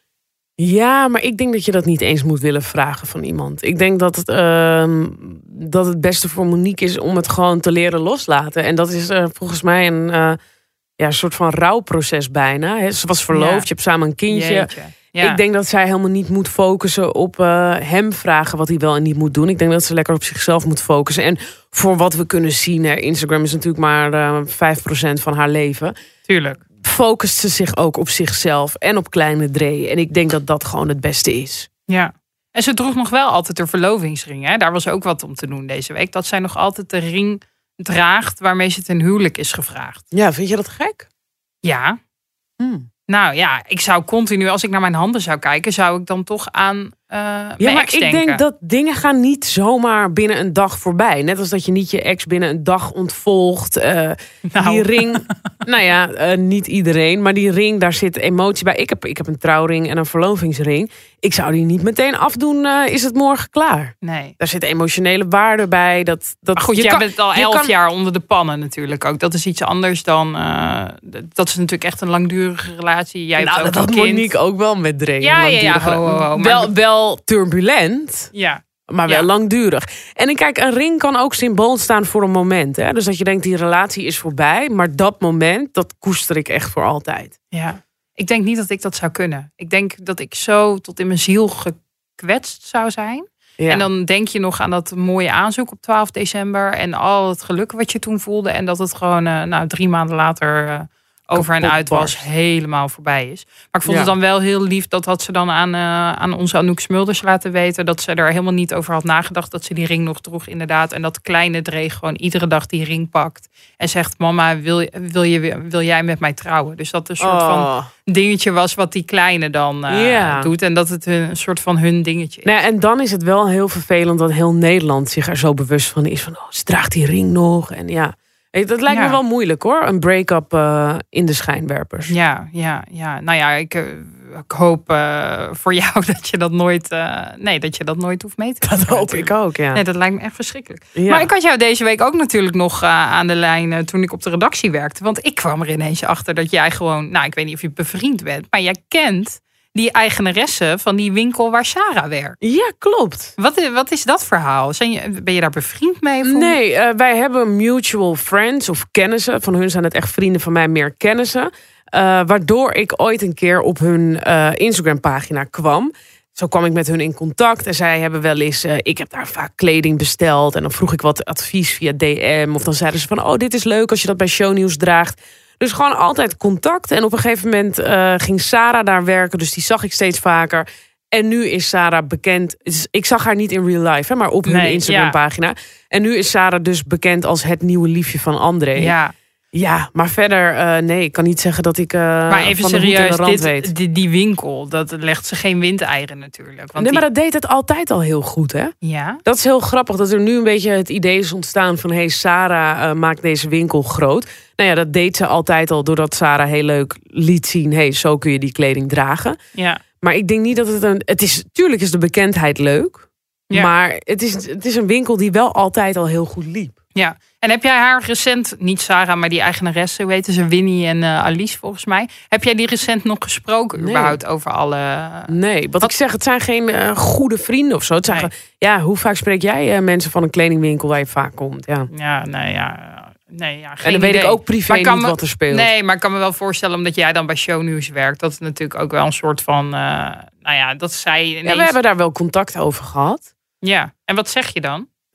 S1: Ja, maar ik denk dat je dat niet eens moet willen vragen van iemand. Ik denk dat het, uh, dat het beste voor Monique is om het gewoon te leren loslaten. En dat is uh, volgens mij een uh, ja, soort van rouwproces bijna. He, ze was verloofd, ja. Je hebt samen een kindje. Ja. Ik denk dat zij helemaal niet moet focussen op uh, hem vragen wat hij wel en niet moet doen. Ik denk dat ze lekker op zichzelf moet focussen. En voor wat we kunnen zien, hè, Instagram is natuurlijk maar uh, vijf procent van haar leven.
S2: Tuurlijk.
S1: Focust ze zich ook op zichzelf en op kleine Dre. En ik denk dat dat gewoon het beste is.
S2: Ja. En ze droeg nog wel altijd haar verlovingsring. Hè? Daar was ook wat om te doen deze week. Dat zij nog altijd de ring draagt waarmee ze ten huwelijk is gevraagd.
S1: Ja, vind je dat gek?
S2: Ja.
S1: Hmm.
S2: Nou ja, ik zou continu, als ik naar mijn handen zou kijken, zou ik dan toch aan uh,
S1: ja,
S2: mijn
S1: maar
S2: ex
S1: ik
S2: denken.
S1: denk dat dingen gaan niet zomaar binnen een dag voorbij. Net als dat je niet je ex binnen een dag ontvolgt. Uh,
S2: nou.
S1: Die ring, nou ja, uh, niet iedereen, maar die ring, daar zit emotie bij. Ik heb, ik heb een trouwring en een verlovingsring. Ik zou die niet meteen afdoen, uh, is het morgen klaar.
S2: Nee.
S1: Daar zit emotionele waarde bij. Dat, dat,
S2: Maar goed,
S1: je
S2: jij
S1: kan,
S2: bent al
S1: je
S2: elf
S1: kan...
S2: jaar onder de pannen natuurlijk ook. Dat is iets anders dan... Uh, dat is natuurlijk echt een langdurige relatie. Jij
S1: nou,
S2: hebt ook
S1: dat had
S2: een kind.
S1: Monique ook wel met Dre.
S2: Ja, ja, ja. Ho, ho, ho.
S1: Wel,
S2: maar...
S1: wel turbulent.
S2: Ja.
S1: Maar wel
S2: ja.
S1: langdurig. En ik kijk, een ring kan ook symbool staan voor een moment. Hè? Dus dat je denkt, die relatie is voorbij. Maar dat moment, dat koester ik echt voor altijd.
S2: Ja. Ik denk niet dat ik dat zou kunnen. Ik denk dat ik zo tot in mijn ziel gekwetst zou zijn. Ja. En dan denk je nog aan dat mooie aanzoek op twaalf december. En al het geluk wat je toen voelde. En dat het gewoon uh, nou, drie maanden later... Uh, over en uit was, helemaal voorbij is. Maar ik vond ja. het dan wel heel lief, dat had ze dan aan, uh, aan onze Anouk Smulders laten weten, dat ze er helemaal niet over had nagedacht, dat ze die ring nog droeg inderdaad. En dat kleine Dre gewoon iedere dag die ring pakt en zegt, mama, wil, wil, je, wil jij met mij trouwen? Dus dat een soort oh. van dingetje was wat die kleine dan uh, ja. doet. En dat het een soort van hun dingetje is.
S1: Nou, en dan is het wel heel vervelend dat heel Nederland zich er zo bewust van is. Van, oh, ze draagt die ring nog. En ja... Dat lijkt ja. me wel moeilijk hoor, een break-up uh, in de schijnwerpers.
S2: Ja, ja, ja. Nou ja, ik, uh, ik hoop uh, voor jou dat je dat nooit, uh, nee, dat je dat nooit hoeft mee te
S1: doen. Dat hoop natuurlijk. ik ook, ja.
S2: Nee, dat lijkt me echt verschrikkelijk.
S1: Ja.
S2: Maar ik had jou deze week ook natuurlijk nog uh, aan de lijn uh, toen ik op de redactie werkte. Want ik kwam er ineens achter dat jij gewoon, nou, ik weet niet of je bevriend bent, maar jij kent die eigenaresse van die winkel waar Sarah werkt.
S1: Ja, klopt.
S2: Wat, wat is dat verhaal? Zijn je, ben je daar bevriend mee? Of
S1: nee, uh, wij hebben mutual friends of kennissen. Van hun zijn het echt vrienden, van mij meer kennissen. Uh, waardoor ik ooit een keer op hun uh, Instagram pagina kwam. Zo kwam ik met hun in contact. En zij hebben wel eens, uh, ik heb daar vaak kleding besteld. En dan vroeg ik wat advies via D M. Of dan zeiden ze van, oh, dit is leuk als je dat bij Shownieuws draagt. Dus gewoon altijd contact. En op een gegeven moment uh, ging Sarah daar werken. Dus die zag ik steeds vaker. En nu is Sarah bekend. Ik zag haar niet in real life, hè, maar op hun nee, Instagram pagina. Ja. En nu is Sarah dus bekend als het nieuwe liefje van André.
S2: Ja.
S1: Ja, maar verder, uh, nee, ik kan niet zeggen dat ik uh,
S2: maar even
S1: van
S2: serieus,
S1: de hoed en de rand
S2: dit,
S1: weet.
S2: Die, die winkel, dat legt ze geen windeieren natuurlijk. Want
S1: nee,
S2: die...
S1: maar dat deed het altijd al heel goed, hè?
S2: Ja.
S1: Dat is heel grappig, dat er nu een beetje het idee is ontstaan van... hé, hey, Sarah uh, maakt deze winkel groot. Nou ja, dat deed ze altijd al doordat Sarah heel leuk liet zien... hé, hey, zo kun je die kleding dragen.
S2: Ja.
S1: Maar ik denk niet dat het een... Het is, tuurlijk is de bekendheid leuk. Ja. Maar het is, het is een winkel die wel altijd al heel goed liep.
S2: Ja, en heb jij haar recent, niet Sarah, maar die eigenaresse, hoe heten ze, Winnie en uh, Alice volgens mij. Heb jij die recent nog gesproken nee. überhaupt over alle...
S1: Nee, wat, wat ik zeg, het zijn geen uh, goede vrienden of zo. Het zijn nee. Ja, hoe vaak spreek jij uh, mensen van een kledingwinkel waar je vaak komt? Ja,
S2: ja nee, ja... Nee, ja, geen
S1: en dan weet
S2: idee.
S1: ik ook privé niet
S2: me,
S1: wat er speelt.
S2: Nee, maar ik kan me wel voorstellen, omdat jij dan bij Shownieuws werkt, dat het natuurlijk ook wel een soort van, uh, nou ja, dat zij ineens...
S1: Ja, we hebben daar wel contact over gehad.
S2: Ja, en wat zeg je dan?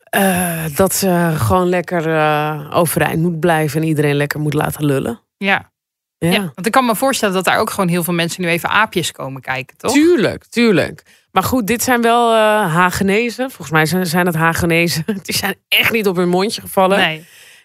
S1: Uh, dat ze gewoon lekker uh, overeind moet blijven en iedereen lekker moet laten lullen.
S2: Ja. Ja. ja, want ik kan me voorstellen dat daar ook gewoon heel veel mensen nu even aapjes komen kijken, toch?
S1: Tuurlijk, tuurlijk. Maar goed, dit zijn wel uh, Hagenezen. Volgens mij zijn, zijn het Hagenezen. Die zijn echt niet op hun mondje gevallen.
S2: Nee.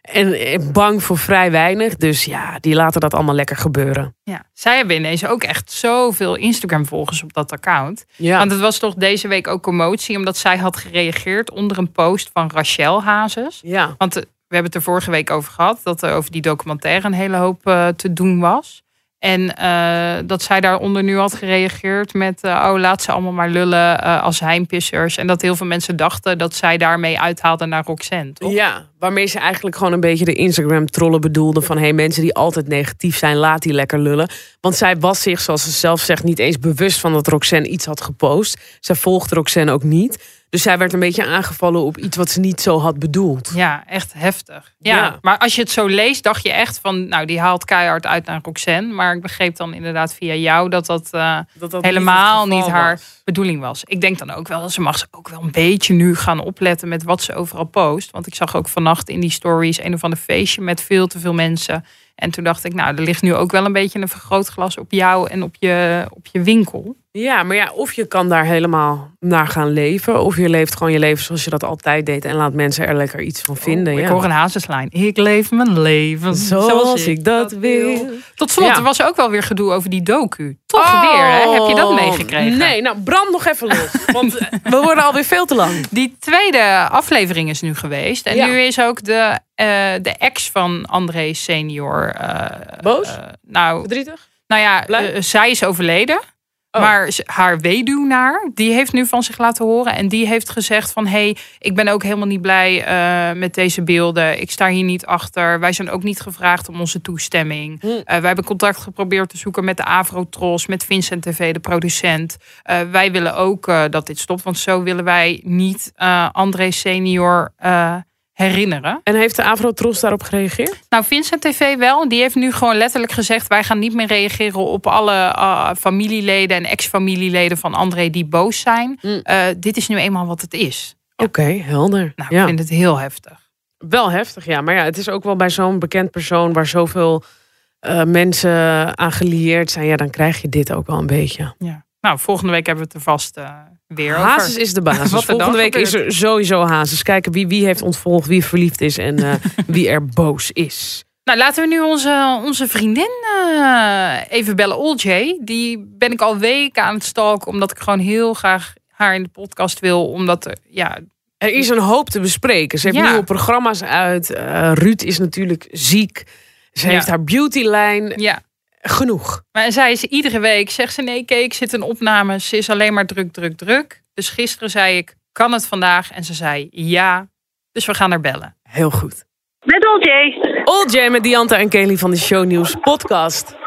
S1: En bang voor vrij weinig. Dus ja, die laten dat allemaal lekker gebeuren.
S2: Ja, zij hebben ineens ook echt zoveel Instagram-volgers op dat account.
S1: Ja.
S2: Want het was toch deze week ook commotie, omdat zij had gereageerd onder een post van Rachel Hazes.
S1: Ja.
S2: Want we hebben het er vorige week over gehad, dat er over die documentaire een hele hoop uh, te doen was. En uh, dat zij daaronder nu had gereageerd met... Uh, oh, laat ze allemaal maar lullen uh, als heinpissers. En dat heel veel mensen dachten dat zij daarmee uithaalde naar Roxanne, toch?
S1: Ja, waarmee ze eigenlijk gewoon een beetje de Instagram-trollen bedoelde... van hey, mensen die altijd negatief zijn, laat die lekker lullen. Want zij was zich, zoals ze zelf zegt, niet eens bewust van dat Roxanne iets had gepost. Zij volgde Roxanne ook niet. Dus zij werd een beetje aangevallen op iets wat ze niet zo had bedoeld.
S2: Ja, echt heftig. Ja,
S1: Ja.
S2: Maar als je het zo leest, dacht je echt van... nou, die haalt keihard uit naar Roxanne. Maar ik begreep dan inderdaad via jou dat dat, uh,
S1: dat, dat
S2: helemaal
S1: niet,
S2: niet haar
S1: was.
S2: bedoeling was. Ik denk dan ook wel, ze mag ze ook wel een beetje nu gaan opletten... met wat ze overal post. Want ik zag ook vannacht in die stories een of ander feestje... met veel te veel mensen. En toen dacht ik, nou, er ligt nu ook wel een beetje een vergrootglas op jou... en op je, op je winkel.
S1: Ja, maar ja, of je kan daar helemaal naar gaan leven... of je leeft gewoon je leven zoals je dat altijd deed... en laat mensen er lekker iets van vinden.
S2: Oh, ik
S1: ja.
S2: hoor een Hazeslijn. Ik leef mijn leven
S1: zoals, zoals ik dat wil.
S2: Tot slot, ja. Er was ook wel weer gedoe over die docu. Toch oh, weer, hè? Heb je dat meegekregen?
S1: Nee, nou brand nog even los. Want we worden alweer veel te lang.
S2: Die tweede aflevering is nu geweest. En ja. nu is ook de, uh, de ex van André senior... Uh,
S1: Boos?
S2: Uh, nou,
S1: verdrietig?
S2: Nou ja, uh, zij is overleden. Oh. Maar haar weduwnaar, die heeft nu van zich laten horen. En die heeft gezegd van... hé, hey, ik ben ook helemaal niet blij uh, met deze beelden. Ik sta hier niet achter. Wij zijn ook niet gevraagd om onze toestemming. Hm. Uh, wij hebben contact geprobeerd te zoeken met de Avrotros... met Vincent T V, de producent. Uh, wij willen ook uh, dat dit stopt. Want zo willen wij niet uh, André senior... Uh, herinneren.
S1: En heeft de Avrotros daarop gereageerd?
S2: Nou, Vincent T V wel. Die heeft nu gewoon letterlijk gezegd... wij gaan niet meer reageren op alle uh, familieleden... en ex-familieleden van André die boos zijn. Mm. Uh, dit is nu eenmaal wat het is.
S1: Ja. Oké, okay, helder.
S2: Nou,
S1: ja.
S2: Ik vind het heel heftig.
S1: Wel heftig, ja. Maar ja, het is ook wel bij zo'n bekend persoon... waar zoveel uh, mensen aan gelieerd zijn... ja, dan krijg je dit ook wel een beetje.
S2: Ja. Nou, volgende week hebben we het er vast... Uh, Weer
S1: Hazes over. Is de basis. Wat Volgende week gebeurt. Is er sowieso Hazes. Kijken wie, wie heeft ontvolgd, wie verliefd is en uh, wie er boos is.
S2: Nou, laten we nu onze, onze vriendin uh, even bellen, Oljay. Die ben ik al weken aan het stalken, omdat ik gewoon heel graag haar in de podcast wil. Omdat er, ja...
S1: Er is een hoop te bespreken. Ze heeft ja. nieuwe programma's uit. Uh, Ruud is natuurlijk ziek. Ze ja. heeft haar beautylijn.
S2: Ja.
S1: Genoeg.
S2: Maar zij is iedere week, zegt ze nee, kijk, ik zit in opname. Ze is alleen maar druk, druk, druk. Dus gisteren zei ik, kan het vandaag? En ze zei ja. Dus we gaan haar bellen.
S1: Heel goed.
S3: Met Oljay.
S1: Oljay met Dianta en Kelly van de Shownieuws podcast.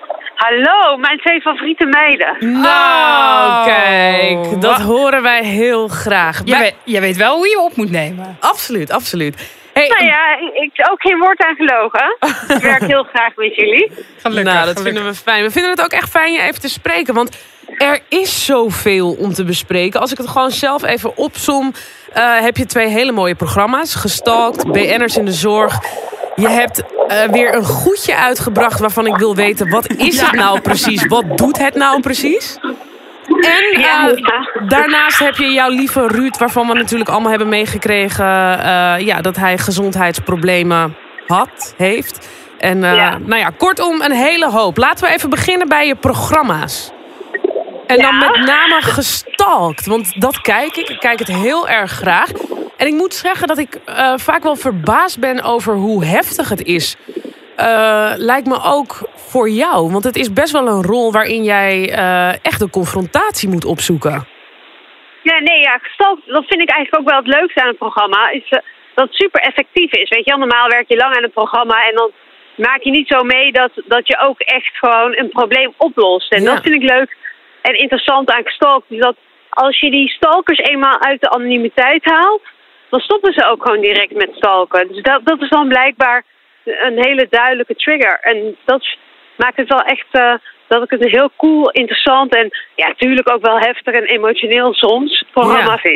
S3: Hallo, mijn twee favoriete meiden.
S1: Nou, oh, kijk. Dat horen wij heel graag.
S2: Jij weet, jij weet wel hoe je op moet nemen.
S1: Absoluut, absoluut. Hey,
S3: nou ja, ik heb ook geen woord aan gelogen. Ik werk heel graag met jullie.
S1: Gelukkig, nou, dat gelukkig. vinden we fijn. We vinden het ook echt fijn je even te spreken. Want er is zoveel om te bespreken. Als ik het gewoon zelf even opsom... Uh, heb je twee hele mooie programma's. Gestalkt, B N'ers in de zorg. Je hebt uh, weer een goedje uitgebracht waarvan ik wil weten... wat is het nou precies? Wat doet het nou precies? En uh, daarnaast heb je jouw lieve Ruud... waarvan we natuurlijk allemaal hebben meegekregen... Uh, ja, dat hij gezondheidsproblemen had, heeft. En uh, ja. nou ja, kortom, een hele hoop. Laten we even beginnen bij je programma's. En dan ja. met name Gestalkt. Want dat kijk ik. Ik kijk het heel erg graag. En ik moet zeggen dat ik uh, vaak wel verbaasd ben over hoe heftig het is. Uh, lijkt me ook voor jou. Want het is best wel een rol waarin jij uh, echt een confrontatie moet opzoeken.
S3: Ja, nee, ja, Gestalkt, dat vind ik eigenlijk ook wel het leukste aan het programma. Is uh, dat het super effectief is. Weet je, normaal werk je lang aan het programma en dan maak je niet zo mee dat, dat je ook echt gewoon een probleem oplost. En ja. dat vind ik leuk en interessant aan Gestalkt. Is dat als je die stalkers eenmaal uit de anonimiteit haalt, dan stoppen ze ook gewoon direct met stalken. Dus dat, dat is dan blijkbaar een hele duidelijke trigger. En dat maakt het wel echt uh, dat ik het een heel cool, interessant en ja, natuurlijk ook wel heftig en emotioneel soms programma ja. vind.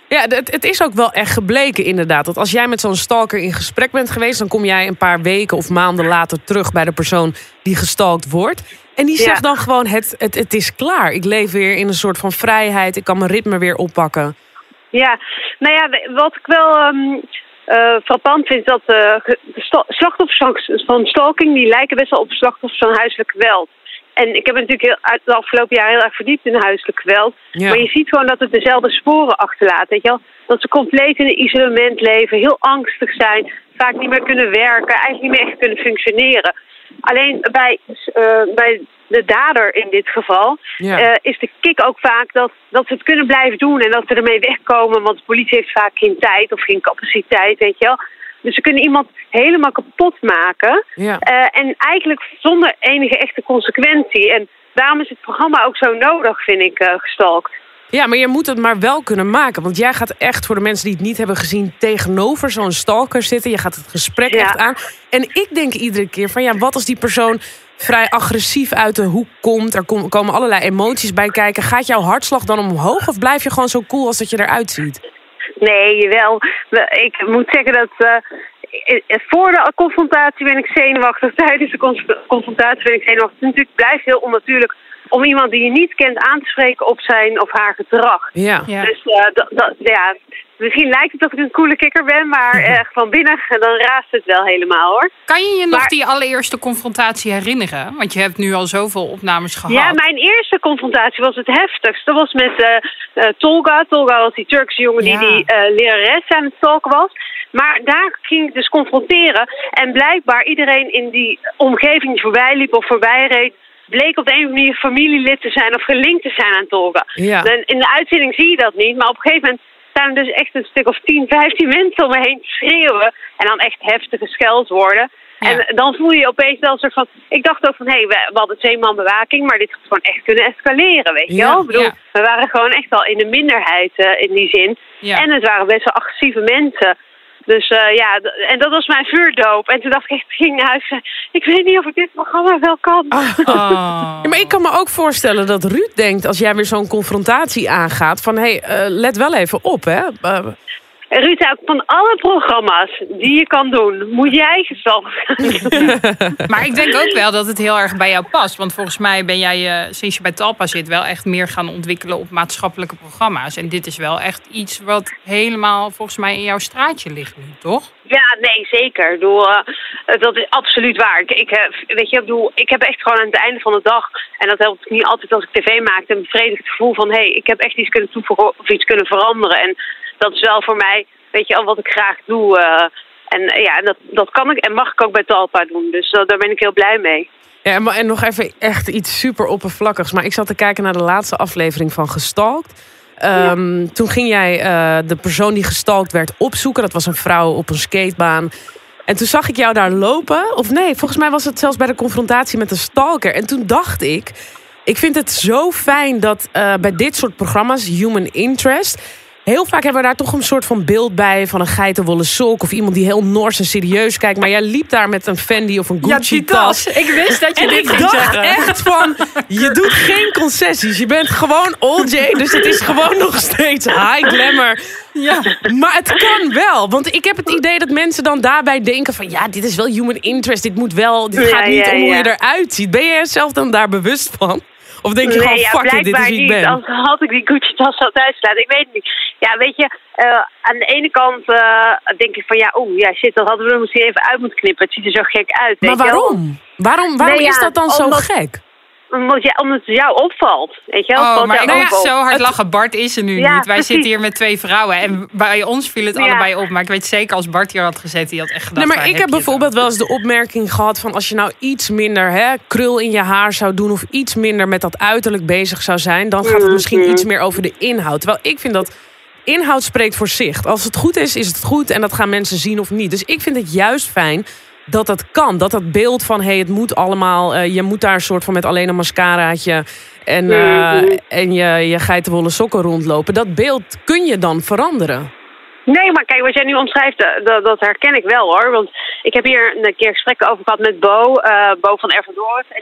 S1: Ja, het, het is ook wel echt gebleken inderdaad. Dat als jij met zo'n stalker in gesprek bent geweest, dan kom jij een paar weken of maanden later terug bij de persoon die gestalkt wordt. En die zegt ja. dan gewoon, het, het, het is klaar. Ik leef weer in een soort van vrijheid. Ik kan mijn ritme weer oppakken.
S4: Ja, nou ja, wat ik wel um, uh, frappant vind, dat uh, de sta- slachtoffers van stalking, die lijken best wel op slachtoffers van huiselijk geweld. En ik heb me natuurlijk heel, uit de afgelopen jaar heel erg verdiept in huiselijk geweld. Ja. Maar je ziet gewoon dat het dezelfde sporen achterlaat. Weet je wel? Dat ze compleet in een isolement leven, heel angstig zijn, vaak niet meer kunnen werken, eigenlijk niet meer echt kunnen functioneren. Alleen bij, uh, bij de dader in dit geval ja. uh, is de kick ook vaak dat, dat ze het kunnen blijven doen en dat ze ermee wegkomen. Want de politie heeft vaak geen tijd of geen capaciteit, weet je wel. Dus ze kunnen iemand helemaal kapot maken. Ja. Uh, en eigenlijk zonder enige echte consequentie. En daarom is het programma ook zo nodig, vind ik, uh, gestalkt.
S1: Ja, maar je moet het maar wel kunnen maken. Want jij gaat echt, voor de mensen die het niet hebben gezien, tegenover zo'n stalker zitten. Je gaat het gesprek ja. echt aan. En ik denk iedere keer van, ja, wat als die persoon vrij agressief uit de hoek komt? Er komen allerlei emoties bij kijken. Gaat jouw hartslag dan omhoog? Of blijf je gewoon zo cool als dat je eruit ziet?
S4: Nee, jawel. Ik moet zeggen dat uh, voor de confrontatie ben ik zenuwachtig. Tijdens de confrontatie ben ik zenuwachtig. Het natuurlijk blijft heel onnatuurlijk om iemand die je niet kent aan te spreken op zijn of haar gedrag.
S1: Ja.
S4: Dus uh, dat, dat, ja, misschien lijkt het dat ik een coole kikker ben, maar echt van binnen dan raast het wel helemaal, hoor.
S2: Kan je je nog
S4: maar,
S2: die allereerste confrontatie herinneren? Want je hebt nu al zoveel opnames gehad.
S4: Ja, mijn eerste confrontatie was het heftigst. Dat was met uh, uh, Tolga. Tolga was die Turkse jongen ja. die die uh, lerares aan het stalken was. Maar daar ging ik dus confronteren. En blijkbaar iedereen in die omgeving die voorbij liep of voorbij reed, bleek op de een of andere manier familielid te zijn of gelinkt te zijn aan Tolga.
S1: Ja.
S4: In de uitzending zie je dat niet, maar op een gegeven moment staan er dus echt een stuk of tien, vijftien mensen om me heen te schreeuwen. En dan echt heftige scheldwoorden. Ja. En dan voel je opeens wel een soort van, ik dacht ook van, hé, hey, we, we hadden twee man bewaking, maar dit had gewoon echt kunnen escaleren, weet je ja. wel? Ik bedoel, ja. we waren gewoon echt al in de minderheid uh, in die zin. Ja. En het waren best wel agressieve mensen. Dus uh, ja, d- en dat was mijn vuurdoop. En toen dacht ik echt, ik ging naar huis. Ik weet niet of ik dit programma wel kan.
S1: Oh. Oh. Ja, maar ik kan me ook voorstellen dat Ruud denkt, als jij weer zo'n confrontatie aangaat, van hé, hey, uh, let wel even op, hè. Uh,
S4: Ruud, van alle programma's die je kan doen, moet jij gestalkt gaan.
S2: Maar ik denk ook wel dat het heel erg bij jou past. Want volgens mij ben jij, uh, sinds je bij Talpa zit, wel echt meer gaan ontwikkelen op maatschappelijke programma's. En dit is wel echt iets wat helemaal volgens mij in jouw straatje ligt nu, toch?
S4: Ja, nee, zeker. Ik bedoel, uh, dat is absoluut waar. Ik, ik, uh, weet je, ik, bedoel, ik heb echt gewoon aan het einde van de dag, en dat helpt niet altijd als ik tv maak, een bevredigend gevoel van, hé, hey, ik heb echt iets kunnen toevoegen of iets kunnen veranderen. En dat is wel voor mij, weet je, al wat ik graag doe. Uh, en uh, ja, dat, dat kan ik en mag ik ook bij Talpa doen. Dus uh, daar ben ik heel blij mee.
S1: Ja, maar, en nog even echt iets super oppervlakkigs. Maar ik zat te kijken naar de laatste aflevering van Gestalkt. Um, ja. Toen ging jij uh, de persoon die gestalkt werd opzoeken. Dat was een vrouw op een skatebaan. En toen zag ik jou daar lopen. Of nee, volgens mij was het zelfs bij de confrontatie met de stalker. En toen dacht ik, ik vind het zo fijn dat uh, bij dit soort programma's, Human Interest, heel vaak hebben we daar toch een soort van beeld bij van een geitenwolle sok of iemand die heel nors en serieus kijkt. Maar jij liep daar met een Fendi of een Gucci-tas.
S2: Ja, ik wist dat je
S1: en
S2: dit
S1: ik
S2: ging
S1: dacht
S2: zeggen.
S1: echt van, je doet geen concessies. Je bent gewoon All J, dus het is gewoon nog steeds high glamour. Ja. Maar het kan wel, want ik heb het idee dat mensen dan daarbij denken van, ja, dit is wel human interest. Dit moet wel, dit gaat niet ja, ja, om hoe ja. je eruit ziet. Ben je er zelf dan daar bewust van? Of denk je nee, gewoon, fuck ja, it, dit is wie ik ben?
S4: Anders had ik die Gucci-tas zo thuis laten. Ik weet het niet. Ja, weet je, uh, aan de ene kant uh, denk ik van, ja, oeh, ja, shit, dat hadden we er misschien even uit moeten knippen. Het ziet er zo gek uit.
S1: Maar
S4: weet
S1: waarom?
S4: Je
S1: waarom? Waarom
S4: nee,
S1: is dat dan
S4: ja,
S1: zo
S4: omdat,
S1: gek?
S4: Omdat, ja, omdat het jou opvalt. Weet je wel?
S2: Oh, maar ik
S4: moet
S2: ja, zo hard lachen. Bart is er nu
S4: ja,
S2: niet. Wij
S4: precies.
S2: zitten hier met twee vrouwen. En bij ons viel het ja. allebei op. Maar ik weet zeker, als Bart hier had gezet, die had echt gedacht.
S1: Nee, maar ik heb bijvoorbeeld wel eens de opmerking gehad van, als je nou iets minder hè, krul in je haar zou doen of iets minder met dat uiterlijk bezig zou zijn, dan gaat het misschien mm-hmm. iets meer over de inhoud. Terwijl ik vind dat inhoud spreekt voor zich. Als het goed is, is het goed en dat gaan mensen zien of niet. Dus ik vind het juist fijn dat dat kan. Dat dat beeld van, hé, hey, het moet allemaal, uh, je moet daar een soort van met alleen een mascaraatje en, uh, mm-hmm. en je, je geitenwolle sokken rondlopen. Dat beeld kun je dan veranderen.
S4: Nee, maar kijk, wat jij nu omschrijft, dat, dat herken ik wel, hoor. Want ik heb hier een keer gesprekken over gehad met Bo, uh, Bo van Ervan Doorn. En die,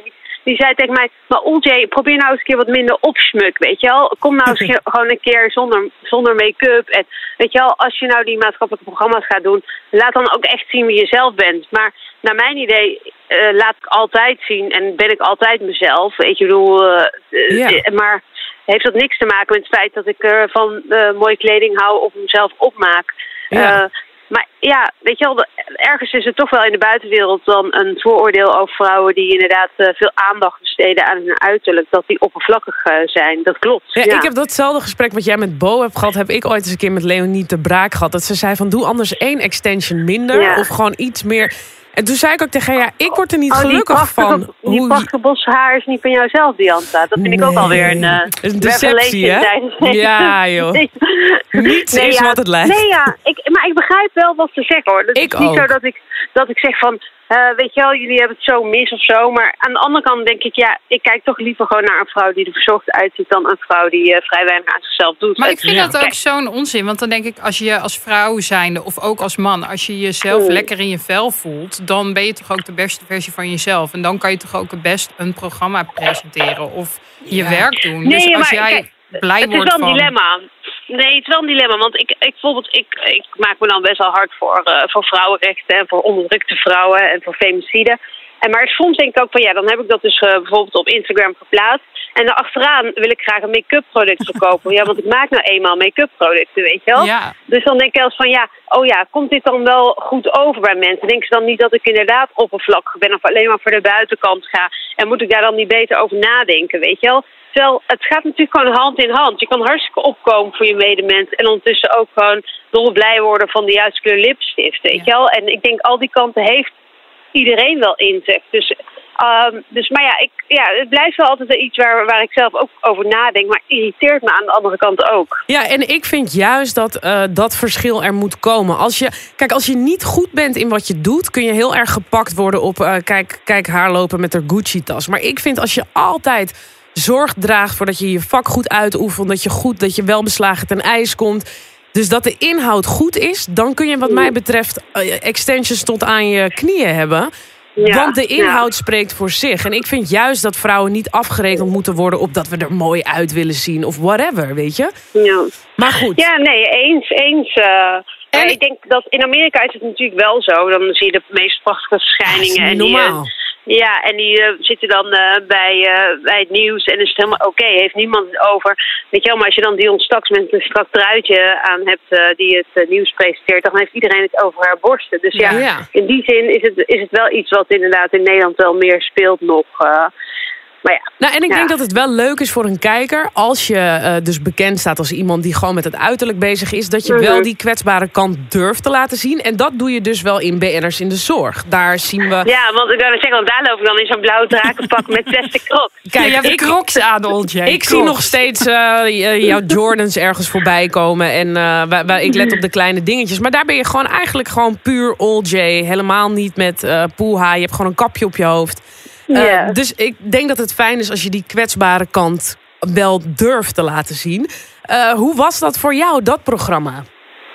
S4: die zei tegen mij, maar Olje, probeer nou eens een keer wat minder opsmuk, weet je wel. Kom nou eens gewoon een keer zonder, zonder make-up. En weet je wel, als je nou die maatschappelijke programma's gaat doen, laat dan ook echt zien wie je zelf bent. Maar naar mijn idee uh, laat ik altijd zien en ben ik altijd mezelf. Weet je, ik bedoel, uh, ja. uh, maar heeft dat niks te maken met het feit dat ik uh, van uh, mooie kleding hou of mezelf opmaak. Ja. Uh, Maar ja, weet je wel, ergens is er toch wel in de buitenwereld dan een vooroordeel over vrouwen die inderdaad uh, veel aandacht besteden aan hun uiterlijk, dat die oppervlakkig uh, zijn. Dat klopt.
S1: Ja,
S4: ja.
S1: Ik heb datzelfde gesprek wat jij met Bo hebt gehad, heb ik ooit eens een keer met Leonie de Braak gehad. Dat ze zei van, doe anders één extension minder ja. of gewoon iets meer. En toen zei ik ook tegen haar, ja, ik word er niet oh, gelukkig
S4: die
S1: van.
S4: Die hoe... prachtige bosse haar is niet van jouzelf, Dianta. Dat vind nee. ik ook alweer een, uh,
S1: een deceptie, hè? Nee. Ja, joh. Nee. Niets nee, is ja. wat het lijkt.
S4: Nee, ja. Ik, maar ik begrijp wel wat ze zeggen, hoor. Het
S1: ik
S4: is niet
S1: ook.
S4: zo dat ik, dat ik zeg van, uh, weet je wel, jullie hebben het zo mis of zo. Maar aan de andere kant denk ik, ja, ik kijk toch liever gewoon naar een vrouw die er verzorgd uitziet dan een vrouw die uh, vrij weinig aan zichzelf doet.
S2: Maar ik vind
S1: ja.
S2: dat ook kijk. zo'n onzin. Want dan denk ik, als je als vrouw zijnde of ook als man, als je jezelf mm. lekker in je vel voelt, dan ben je toch ook de beste versie van jezelf. En dan kan je toch ook het best een programma presenteren of je ja. werk doen.
S4: Nee,
S2: dus als
S4: maar,
S2: jij
S4: kijk,
S2: blij
S4: het
S2: wordt
S4: is wel een
S2: van...
S4: dilemma. Nee, het is wel een dilemma. Want ik, ik, bijvoorbeeld, ik, ik maak me dan best wel hard voor, uh, voor vrouwenrechten en voor onderdrukte vrouwen en voor femicide. En maar soms denk ik ook van ja, dan heb ik dat dus uh, bijvoorbeeld op Instagram geplaatst. En daarachteraan wil ik graag een make-up product verkopen. Ja, want ik maak nou eenmaal make-up producten, weet je wel.
S2: Ja.
S4: Dus dan denk ik wel eens van ja, oh ja, komt dit dan wel goed over bij mensen? Denken ze dan niet dat ik inderdaad oppervlakkig ben of alleen maar voor de buitenkant ga? En moet ik daar dan niet beter over nadenken, weet je wel? Terwijl het gaat natuurlijk gewoon hand in hand. Je kan hartstikke opkomen voor je medemens en ondertussen ook gewoon dolblij worden van de juiste kleur lipstift, weet je wel. En ik denk al die kanten heeft iedereen wel in zich. Dus, um, dus maar ja, ik, ja, het blijft wel altijd iets waar, waar ik zelf ook over nadenk. Maar het irriteert me aan de andere kant ook.
S1: Ja, en ik vind juist dat uh, dat verschil er moet komen. Als je, kijk, als je niet goed bent in wat je doet, kun je heel erg gepakt worden op uh, kijk, kijk haar lopen met haar Gucci-tas. Maar ik vind als je altijd zorg draagt voor dat je je vak goed uitoefent, dat je goed, dat je wel beslagen ten ijs komt, dus dat de inhoud goed is, dan kun je wat mij betreft uh, extensions tot aan je knieën hebben. Ja, want de inhoud ja. spreekt voor zich. En ik vind juist dat vrouwen niet afgerekend moeten worden op dat we er mooi uit willen zien of whatever, weet je?
S4: Ja.
S1: Maar goed.
S4: Ja, nee, eens, eens. Uh, en ik denk dat in Amerika is het natuurlijk wel zo. Dan zie je de meest prachtige verschijningen.
S1: En normaal.
S4: Die, uh, Ja, en die uh, zitten dan uh, bij, uh, bij het nieuws en is het helemaal oké, okay, heeft niemand het over. Weet je wel, maar als je dan Dion Staks met een strak truitje aan hebt uh, die het uh, nieuws presenteert, dan heeft iedereen het over haar borsten. Dus ja, ja. in die zin is het, is het wel iets wat inderdaad in Nederland wel meer speelt nog. Uh, Maar ja.
S1: Nou, en ik
S4: ja.
S1: denk dat het wel leuk is voor een kijker, als je uh, dus bekend staat als iemand die gewoon met het uiterlijk bezig is, dat je mm-hmm. wel die kwetsbare kant durft te laten zien. En dat doe je dus wel in B N'ers in de zorg. Daar zien we...
S4: Ja, want ik wil zeggen, want daar loop ik dan in zo'n blauw drakenpak met zestig crocs.
S2: Kijk, je hebt ik, crocs aan, Olje.
S1: Ik crocs. zie nog steeds uh, jouw Jordans ergens voorbij komen. En uh, waar, waar ik let op de kleine dingetjes. Maar daar ben je gewoon eigenlijk gewoon puur Olje. Helemaal niet met uh, poeha. Je hebt gewoon een kapje op je hoofd. Uh, yeah. Dus ik denk dat het fijn is als je die kwetsbare kant wel durft te laten zien. Uh, hoe was dat voor jou, dat programma?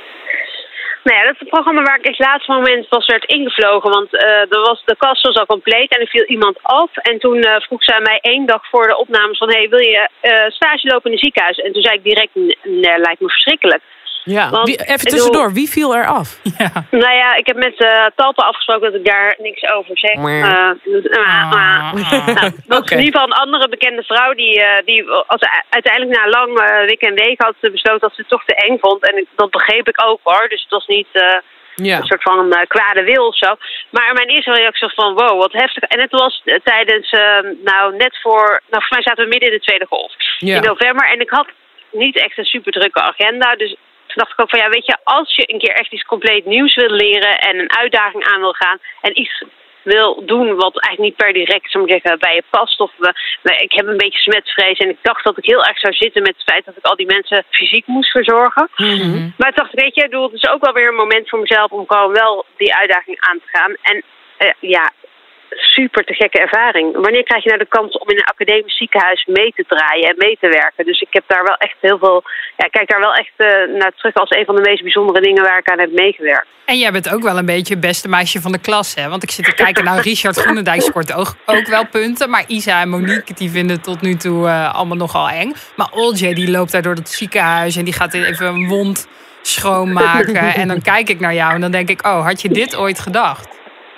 S4: Nou ja, dat is het programma waar ik het laatste moment pas werd ingevlogen. Want uh, er was, de kast was al compleet en er viel iemand af. En toen uh, vroeg zij mij één dag voor de opnames van... hey, wil je uh, stage lopen in een ziekenhuis? En toen zei ik direct, nee, lijkt me verschrikkelijk.
S1: Ja, Want, wie, even tussendoor, bedoel, wie viel er af?
S4: Ja. Nou ja, ik heb met uh, Talpa afgesproken dat ik daar niks over zeg. Uh, uh, uh, uh. Nou, dat okay. is in ieder geval een andere bekende vrouw die, uh, die als uiteindelijk na lang uh, week en week had besloten dat ze het toch te eng vond. En dat begreep ik ook hoor, dus het was niet uh, ja. een soort van uh, kwade wil of zo. Maar mijn eerste reactie was van wow, wat heftig. En het was uh, tijdens, uh, nou net voor, nou voor mij zaten we midden in de tweede golf. Ja. In november en ik had niet echt een super drukke agenda, dus... Toen dacht ik ook van ja, weet je, als je een keer echt iets compleet nieuws wil leren en een uitdaging aan wil gaan en iets wil doen wat eigenlijk niet per direct, zou ik zeggen, bij je past. Of we, ik heb een beetje smetvrees en ik dacht dat ik heel erg zou zitten met het feit dat ik al die mensen fysiek moest verzorgen. Mm-hmm. Maar ik dacht, weet je, het is ook wel weer een moment voor mezelf om gewoon wel die uitdaging aan te gaan. En uh, ja, super te gekke ervaring. Wanneer krijg je nou de kans om in een academisch ziekenhuis mee te draaien en mee te werken? Dus ik heb daar wel echt heel veel. Ja, ik kijk daar wel echt uh, naar terug als een van de meest bijzondere dingen waar ik aan heb meegewerkt.
S2: En jij bent ook wel een beetje het beste meisje van de klas, hè? Want ik zit te kijken, nou, Richard Groenendijk scoort ook, ook wel punten. Maar Isa en Monique, die vinden het tot nu toe uh, allemaal nogal eng. Maar Olje, die loopt daar door het ziekenhuis en die gaat even een wond schoonmaken. En dan kijk ik naar jou en dan denk ik, oh, had je dit ooit gedacht?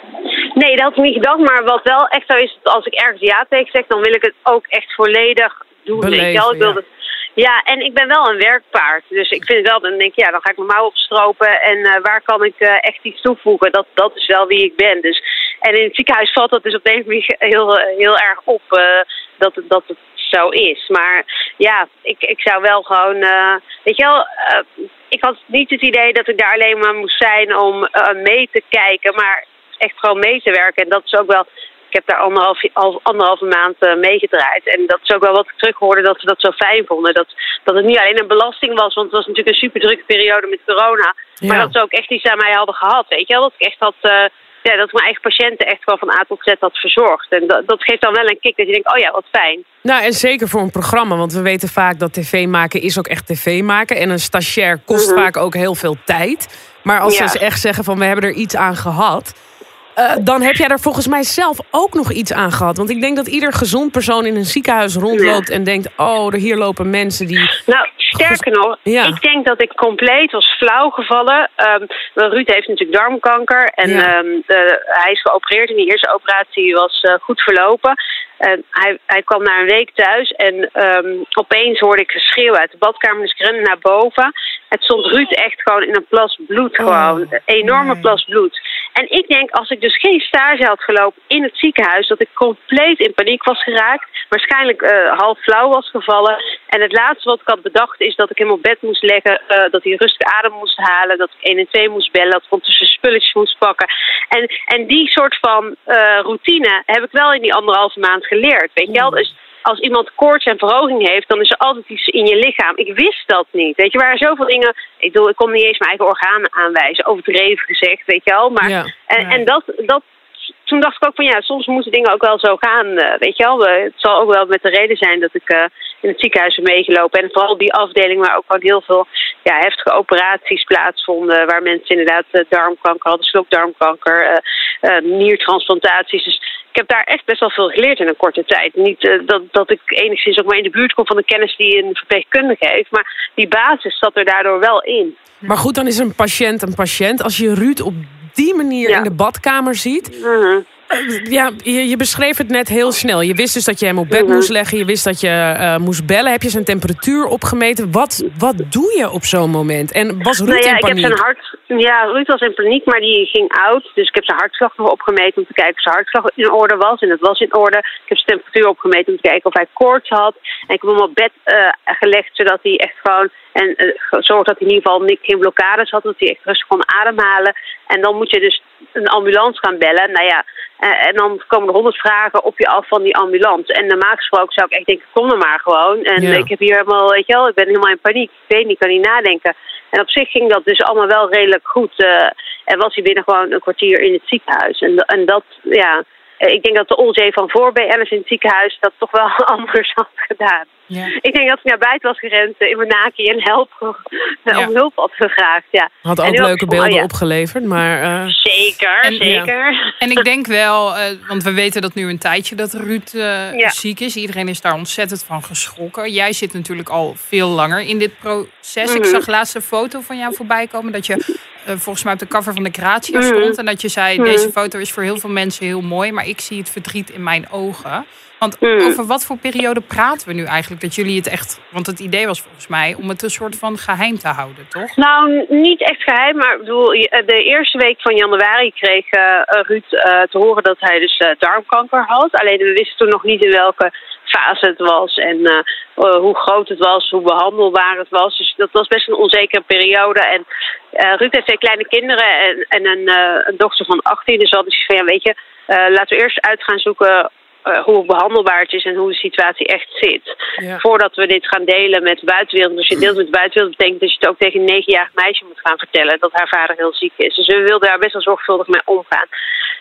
S4: Nee, dat had ik niet gedacht. Maar wat wel echt zo is, als ik ergens ja tegen zeg, dan wil ik het ook echt volledig doen.
S1: Beleven,
S4: weet je wel? Ik wil
S1: ja.
S4: het, ja, en ik ben wel een werkpaard. Dus ik vind het wel, dan denk ik, ja, dan ga ik mijn mouw opstropen. En uh, waar kan ik uh, echt iets toevoegen? Dat, dat is wel wie ik ben. Dus, en in het ziekenhuis valt dat dus op deze manier heel, heel erg op uh, dat, het, dat het zo is. Maar ja, ik, ik zou wel gewoon, uh, weet je wel, uh, ik had niet het idee dat ik daar alleen maar moest zijn om uh, mee te kijken, maar echt gewoon mee te werken. En dat is ook wel, ik heb daar anderhalf, anderhalve maand uh, meegedraaid. En dat is ook wel wat ik terughoorde, dat ze dat zo fijn vonden. Dat, dat het niet alleen een belasting was, want het was natuurlijk een super drukke periode met corona. Ja. Maar dat ze ook echt iets aan mij hadden gehad, weet je wel. Dat ik echt had, uh, ja, dat ik mijn eigen patiënten echt wel van A tot Z had verzorgd. En dat, dat geeft dan wel een kick dat je denkt, oh ja, wat fijn.
S1: Nou, en zeker voor een programma, want we weten vaak dat tv maken is ook echt tv maken. En een stagiair kost mm-hmm. vaak ook heel veel tijd. Maar als ja. ze echt zeggen van, we hebben er iets aan gehad, Uh, dan heb jij er volgens mij zelf ook nog iets aan gehad. Want ik denk dat ieder gezond persoon in een ziekenhuis rondloopt ja. en denkt, oh, hier lopen mensen die...
S4: Nou, sterker nog, ja. ik denk dat ik compleet was flauw gevallen. Um, Ruud heeft natuurlijk darmkanker en ja. um, de, hij is geopereerd en die eerste operatie was uh, goed verlopen. En hij, hij kwam na een week thuis en um, opeens hoorde ik geschreeuw uit de badkamer. Dus ik rende naar boven. Het stond Ruud echt gewoon in een plas bloed. Gewoon. Oh, een enorme nee. plas bloed. En ik denk, als ik dus geen stage had gelopen in het ziekenhuis, dat ik compleet in paniek was geraakt. Waarschijnlijk uh, half flauw was gevallen. En het laatste wat ik had bedacht is dat ik hem op bed moest leggen. Uh, dat hij rustig adem moest halen. Dat ik één en twee moest bellen. Dat ik ondertussen spulletjes moest pakken. En, en die soort van uh, routine heb ik wel in die anderhalve maand geleerd. Weet je wel? Dus als iemand koorts en verhoging heeft, dan is er altijd iets in je lichaam. Ik wist dat niet. Weet je, er waren zoveel dingen. Ik bedoel, ik kon niet eens mijn eigen organen aanwijzen. Overdreven gezegd, weet je wel. Maar, ja, en, ja. en dat, dat, toen dacht ik ook van ja, soms moeten dingen ook wel zo gaan. Uh, weet je wel. Het zal ook wel met de reden zijn dat ik uh, in het ziekenhuis heb meegelopen. En vooral die afdeling waar ook gewoon heel veel ja, heftige operaties plaatsvonden. Waar mensen inderdaad uh, darmkanker hadden, slokdarmkanker, uh, uh, niertransplantaties. Dus ik heb daar echt best wel veel geleerd in een korte tijd. Niet uh, dat, dat ik enigszins ook maar in de buurt kom van de kennis die een verpleegkundige heeft. Maar die basis zat er daardoor wel in.
S1: Maar goed, dan is een patiënt een patiënt. Als je Ruud op die manier ja. in de badkamer ziet.
S4: Mm-hmm.
S1: Ja, je, je beschreef het net heel snel. Je wist dus dat je hem op bed
S4: mm-hmm.
S1: moest leggen. Je wist dat je uh, moest bellen. Heb je zijn temperatuur opgemeten? Wat, wat doe je op zo'n moment? En was Ruud
S4: nou ja,
S1: in paniek?
S4: Ik heb zijn hart, ja, Ruud was in paniek, maar die ging oud. Dus ik heb zijn hartslag nog opgemeten om te kijken of zijn hartslag in orde was. En dat was in orde. Ik heb zijn temperatuur opgemeten om te kijken of hij koorts had. En ik heb hem op bed uh, gelegd, zodat hij echt gewoon... En uh, zorg dat hij in ieder geval geen blokkades had, dat hij echt rustig kon ademhalen. En dan moet je dus een ambulance gaan bellen. Nou ja, uh, en dan komen er honderd vragen op je af van die ambulance. En normaal gesproken zou ik echt denken, kom er maar gewoon. En ja. ik heb hier helemaal, weet je wel, ik ben helemaal in paniek. Ik weet niet, ik kan niet nadenken. En op zich ging dat dus allemaal wel redelijk goed. Uh, en was hij binnen gewoon een kwartier in het ziekenhuis. En, en dat, ja... Ik denk dat de Olzee van voor bij Alice in het ziekenhuis dat toch wel anders had gedaan. Ja. Ik denk dat ik naar buiten was gerend in mijn naki en help, ja. om hulp had gevraagd. Ja.
S1: Had ook
S4: en
S1: leuke
S4: ook,
S1: beelden
S4: oh, ja.
S1: opgeleverd. Maar, uh...
S4: Zeker,
S2: en,
S4: zeker.
S2: Ja. En ik denk wel, uh, want we weten dat nu een tijdje dat Ruud uh, ja. ziek is. Iedereen is daar ontzettend van geschrokken. Jij zit natuurlijk al veel langer in dit proces. Mm-hmm. Ik zag laatst een foto van jou voorbij komen dat je uh, volgens mij op de cover van de Grazia mm-hmm. stond. En dat je zei, mm-hmm. deze foto is voor heel veel mensen heel mooi, maar ik zie het verdriet in mijn ogen. Want mm. over wat voor periode praten we nu eigenlijk? Dat jullie het echt... Want het idee was volgens mij om het een soort van geheim te houden, toch?
S4: Nou, niet echt geheim. Maar ik bedoel, de eerste week van januari kreeg uh, Ruud uh, te horen dat hij dus uh, darmkanker had. Alleen we wisten toen nog niet in welke fase het was. En uh, uh, hoe groot het was, hoe behandelbaar het was. Dus dat was best een onzekere periode. En uh, Ruud heeft twee kleine kinderen en, en een, uh, een dochter van achttien. Dus we hadden zoiets van, ja, weet je, uh, laten we eerst uit gaan zoeken Uh, hoe behandelbaar het is en hoe de situatie echt zit. Ja. Voordat we dit gaan delen met de buitenwereld. Als je deelt met de buitenwereld, betekent dat je het ook tegen een negenjarig meisje moet gaan vertellen dat haar vader heel ziek is. Dus we wilden daar best wel zorgvuldig mee omgaan.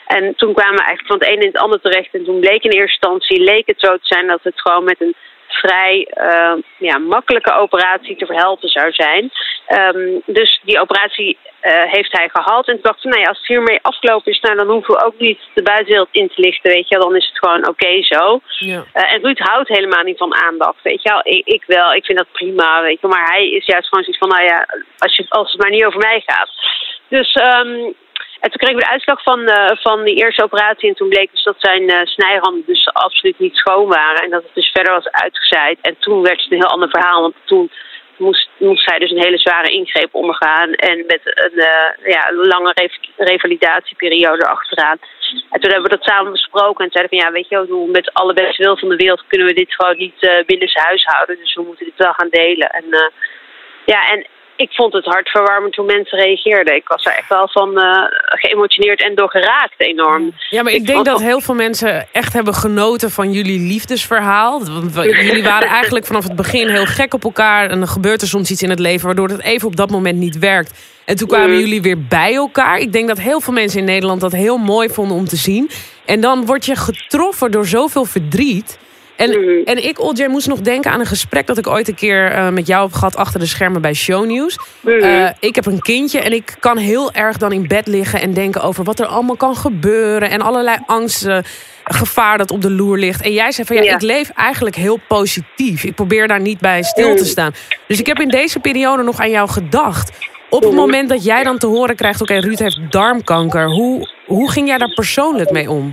S4: En toen kwamen we eigenlijk van het een in het ander terecht. En toen bleek in eerste instantie, leek het zo te zijn dat het gewoon met een vrij uh, ja, makkelijke operatie te verhelpen zou zijn. Um, dus die operatie uh, heeft hij gehad. En toen dacht ik, nou ja, als het hiermee afgelopen is, nou, dan hoeven we ook niet de buitenwereld in te lichten, weet je wel. Dan is het gewoon oké okay zo. Ja. Uh, en Ruud houdt helemaal niet van aandacht, weet je wel. Ik, ik wel, ik vind dat prima, weet je wel. Maar hij is juist gewoon zoiets van, nou ja, als, je, als het maar niet over mij gaat. Dus... Um, En toen kregen we de uitslag van, uh, van die eerste operatie. En toen bleek dus dat zijn uh, snijranden dus absoluut niet schoon waren. En dat het dus verder was uitgezaaid. En toen werd het een heel ander verhaal. Want toen moest, moest hij dus een hele zware ingreep ondergaan. En met een uh, ja, lange rev- revalidatieperiode achteraan. En toen hebben we dat samen besproken. En zeiden van ja, weet je, met alle beste wil van de wereld kunnen we dit gewoon niet uh, binnen zijn huis houden. Dus we moeten dit wel gaan delen. En uh, ja, en... Ik vond het hartverwarmend hoe mensen reageerden. Ik was er echt wel van uh, geëmotioneerd en door geraakt enorm.
S1: Ja, maar ik, ik denk dat heel veel mensen echt hebben genoten van jullie liefdesverhaal. Want jullie waren eigenlijk vanaf het begin heel gek op elkaar. En dan gebeurt er soms iets in het leven waardoor het even op dat moment niet werkt. En toen kwamen mm. jullie weer bij elkaar. Ik denk dat heel veel mensen in Nederland dat heel mooi vonden om te zien. En dan word je getroffen door zoveel verdriet. En, mm-hmm. en ik, O J, moest nog denken aan een gesprek dat ik ooit een keer uh, met jou heb gehad achter de schermen bij Shownieuws. Mm-hmm. Uh, ik heb een kindje en ik kan heel erg dan in bed liggen en denken over wat er allemaal kan gebeuren. En allerlei angsten, uh, gevaar dat op de loer ligt. En jij zei van ja, ja, ik leef eigenlijk heel positief. Ik probeer daar niet bij stil te staan. Dus ik heb in deze periode nog aan jou gedacht. Op het moment dat jij dan te horen krijgt, oké, okay, Ruud heeft darmkanker. Hoe, hoe ging jij daar persoonlijk mee om?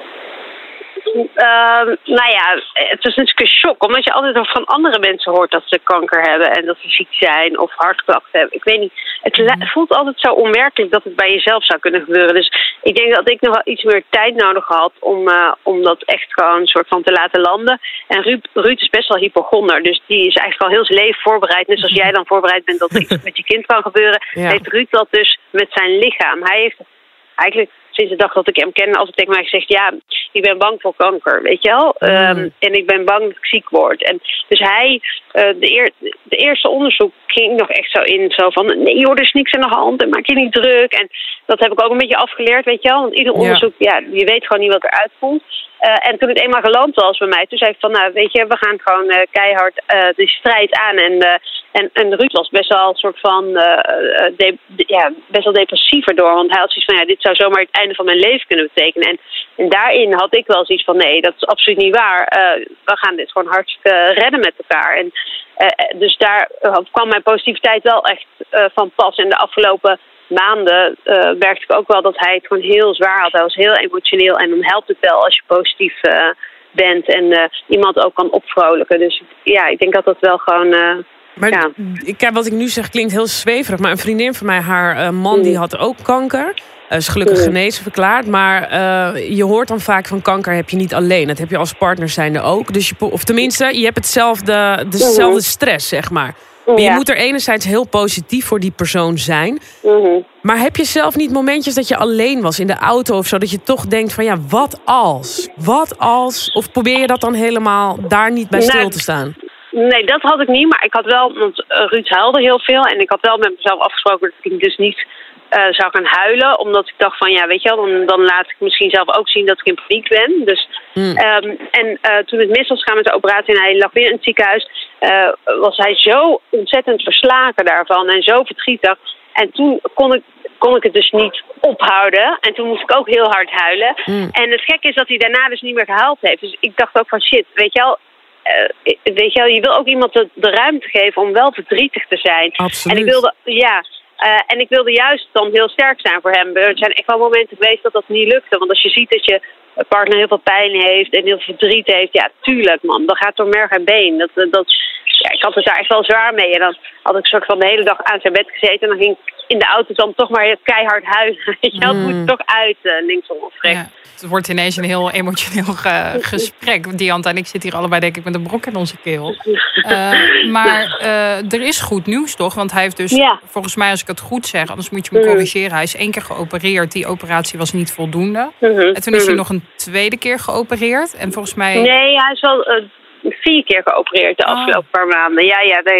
S4: Uh, nou ja, het was natuurlijk een shock. Omdat je altijd van andere mensen hoort dat ze kanker hebben. En dat ze ziek zijn of hartklachten hebben. Ik weet niet. Het mm-hmm. voelt altijd zo onwerkelijk dat het bij jezelf zou kunnen gebeuren. Dus ik denk dat ik nog wel iets meer tijd nodig had om, uh, om dat echt gewoon een soort van te laten landen. En Ruud, Ruud is best wel hypochonder. Dus die is eigenlijk al heel zijn leven voorbereid. Net zoals jij dan voorbereid bent dat er iets met je kind kan gebeuren. Ja. Heeft Ruud dat dus met zijn lichaam. Hij heeft eigenlijk... Sinds de dag dat ik hem ken, altijd tegen mij gezegd... ja, ik ben bang voor kanker, weet je wel? Mm. Um, en ik ben bang dat ik ziek word. En dus hij, uh, de, eer, de eerste onderzoek ging nog echt zo in... zo van, nee joh, er is niks aan de hand en maak je niet druk. En dat heb ik ook een beetje afgeleerd, weet je wel? Want ieder onderzoek, ja, ja je weet gewoon niet wat eruit komt. Uh, en toen het eenmaal geland was bij mij, toen zei ik van... nou, weet je, we gaan gewoon uh, keihard uh, de strijd aan. En, uh, en, en Ruud was best wel een soort van... Uh, de, de, ja, best wel depressiever door. Want hij had zoiets van, ja, dit zou zomaar het einde van mijn leven kunnen betekenen. En, en daarin had ik wel zoiets van, nee, dat is absoluut niet waar. Uh, we gaan dit gewoon hartstikke redden met elkaar. En uh, dus daar uh, kwam mijn positiviteit wel echt uh, van pas. En de afgelopen maanden uh, merkte ik ook wel dat hij het gewoon heel zwaar had. Hij was heel emotioneel en dan helpt het wel als je positief uh, bent en uh, iemand ook kan opvrolijken. Dus ja, ik denk dat dat wel gewoon... Uh,
S1: maar ja. ik, wat ik nu zeg klinkt heel zweverig, maar een vriendin van mij, haar uh, man, mm. die had ook kanker. Uh, is gelukkig mm. genezen verklaard, maar uh, je hoort dan vaak van kanker heb je niet alleen. Dat heb je als partner zijnde ook. Dus je, of tenminste, je hebt hetzelfde, dezelfde mm. stress, zeg maar. Maar je moet er enerzijds heel positief voor die persoon zijn. Mm-hmm. Maar heb je zelf niet momentjes dat je alleen was in de auto of zo... dat je toch denkt van ja, wat als? Wat als? Of probeer je dat dan helemaal daar niet bij stil te staan?
S4: Nee, dat had ik niet. Maar ik had wel, want Ruud huilde heel veel. En ik had wel met mezelf afgesproken dat ik dus niet uh, zou gaan huilen. Omdat ik dacht van ja, weet je wel, dan, dan laat ik misschien zelf ook zien dat ik in paniek ben. Dus, mm. um, en uh, toen het mis was gaan met de operatie en hij lag weer in het ziekenhuis... Uh, was hij zo ontzettend verslagen daarvan en zo verdrietig. En toen kon ik, kon ik het dus niet ophouden. En toen moest ik ook heel hard huilen. Mm. En het gekke is dat hij daarna dus niet meer gehuild heeft. Dus ik dacht ook van shit, weet je wel... Uh, weet je wel, je wil ook iemand de, de ruimte geven om wel verdrietig te zijn.
S1: Absoluut.
S4: En ik wilde, ja... Uh, en ik wilde juist dan heel sterk zijn voor hem. Er zijn echt wel momenten geweest dat dat niet lukte. Want als je ziet dat je partner heel veel pijn heeft en heel veel verdriet heeft... ja, tuurlijk man, dan gaat het door merg en been. Dat, dat, ja, ik had het daar echt wel zwaar mee. En dan had ik soort van de hele dag aan zijn bed gezeten... en dan ging ik in de auto dan toch maar keihard huilen. Je mm. het moet toch uit, uh, linksom of rechts. Ja.
S2: Het wordt ineens een heel emotioneel ge- gesprek. Dianta en ik zitten hier allebei denk ik met een brok in onze keel. Uh, maar uh, er is goed nieuws toch? Want hij heeft dus, ja. volgens mij als ik het goed zeg... anders moet je me corrigeren. Hij is één keer geopereerd. Die operatie was niet voldoende. Mm-hmm. En toen is hij nog een tweede keer geopereerd. En volgens mij...
S4: Nee, hij is wel... Uh... vier keer geopereerd de afgelopen oh. paar maanden. Ja, ja, nee.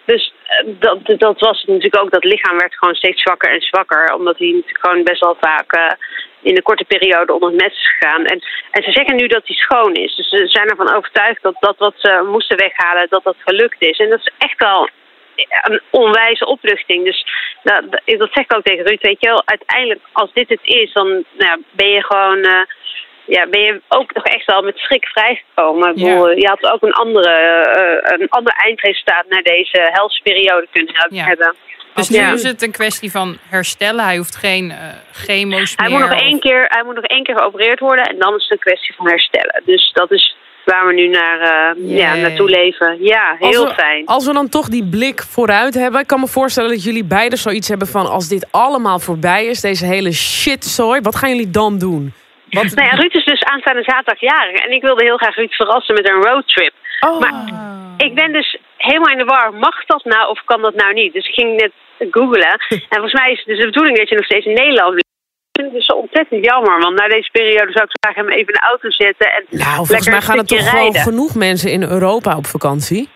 S4: Dus uh, dat, dat was natuurlijk ook, dat lichaam werd gewoon steeds zwakker en zwakker. Omdat hij natuurlijk gewoon best wel vaak uh, in een korte periode onder het mes is gegaan. En, en ze zeggen nu dat hij schoon is. Dus ze zijn ervan overtuigd dat dat wat ze moesten weghalen, dat dat gelukt is. En dat is echt wel een onwijze opluchting. Dus dat, dat zeg ik ook tegen Ruud, weet je wel. Uiteindelijk, als dit het is, dan nou, ben je gewoon... Uh, Ja, ben je ook nog echt wel met schrik vrijgekomen. Ja. Je had ook een, andere, uh, een ander eindresultaat naar deze helse periode kunnen
S2: ja.
S4: hebben.
S2: Dus nu ja. is het een kwestie van herstellen. Hij hoeft geen uh, chemo's
S4: hij
S2: meer.
S4: Moet nog één keer, hij moet nog één keer geopereerd worden en dan is het een kwestie van herstellen. Dus dat is waar we nu naar, uh, ja, naartoe leven. Ja, heel
S1: als we,
S4: fijn.
S1: Als we dan toch die blik vooruit hebben. Ik kan me voorstellen dat jullie beiden zoiets hebben van... als dit allemaal voorbij is, deze hele shitzooi, wat gaan jullie dan doen?
S4: Wat... Nou ja, Ruud is dus aanstaande zaterdag jarig. En ik wilde heel graag Ruud verrassen met een roadtrip.
S1: Oh.
S4: Maar ik ben dus helemaal in de war. Mag dat nou of kan dat nou niet? Dus ik ging net googlen. En volgens mij is het dus de bedoeling dat je nog steeds in Nederland blijft. Ik vind het dus zo ontzettend jammer. Want na deze periode zou ik graag hem even in de auto zetten. En
S1: nou, volgens mij gaan er toch rijden. Gewoon genoeg mensen in Europa op vakantie.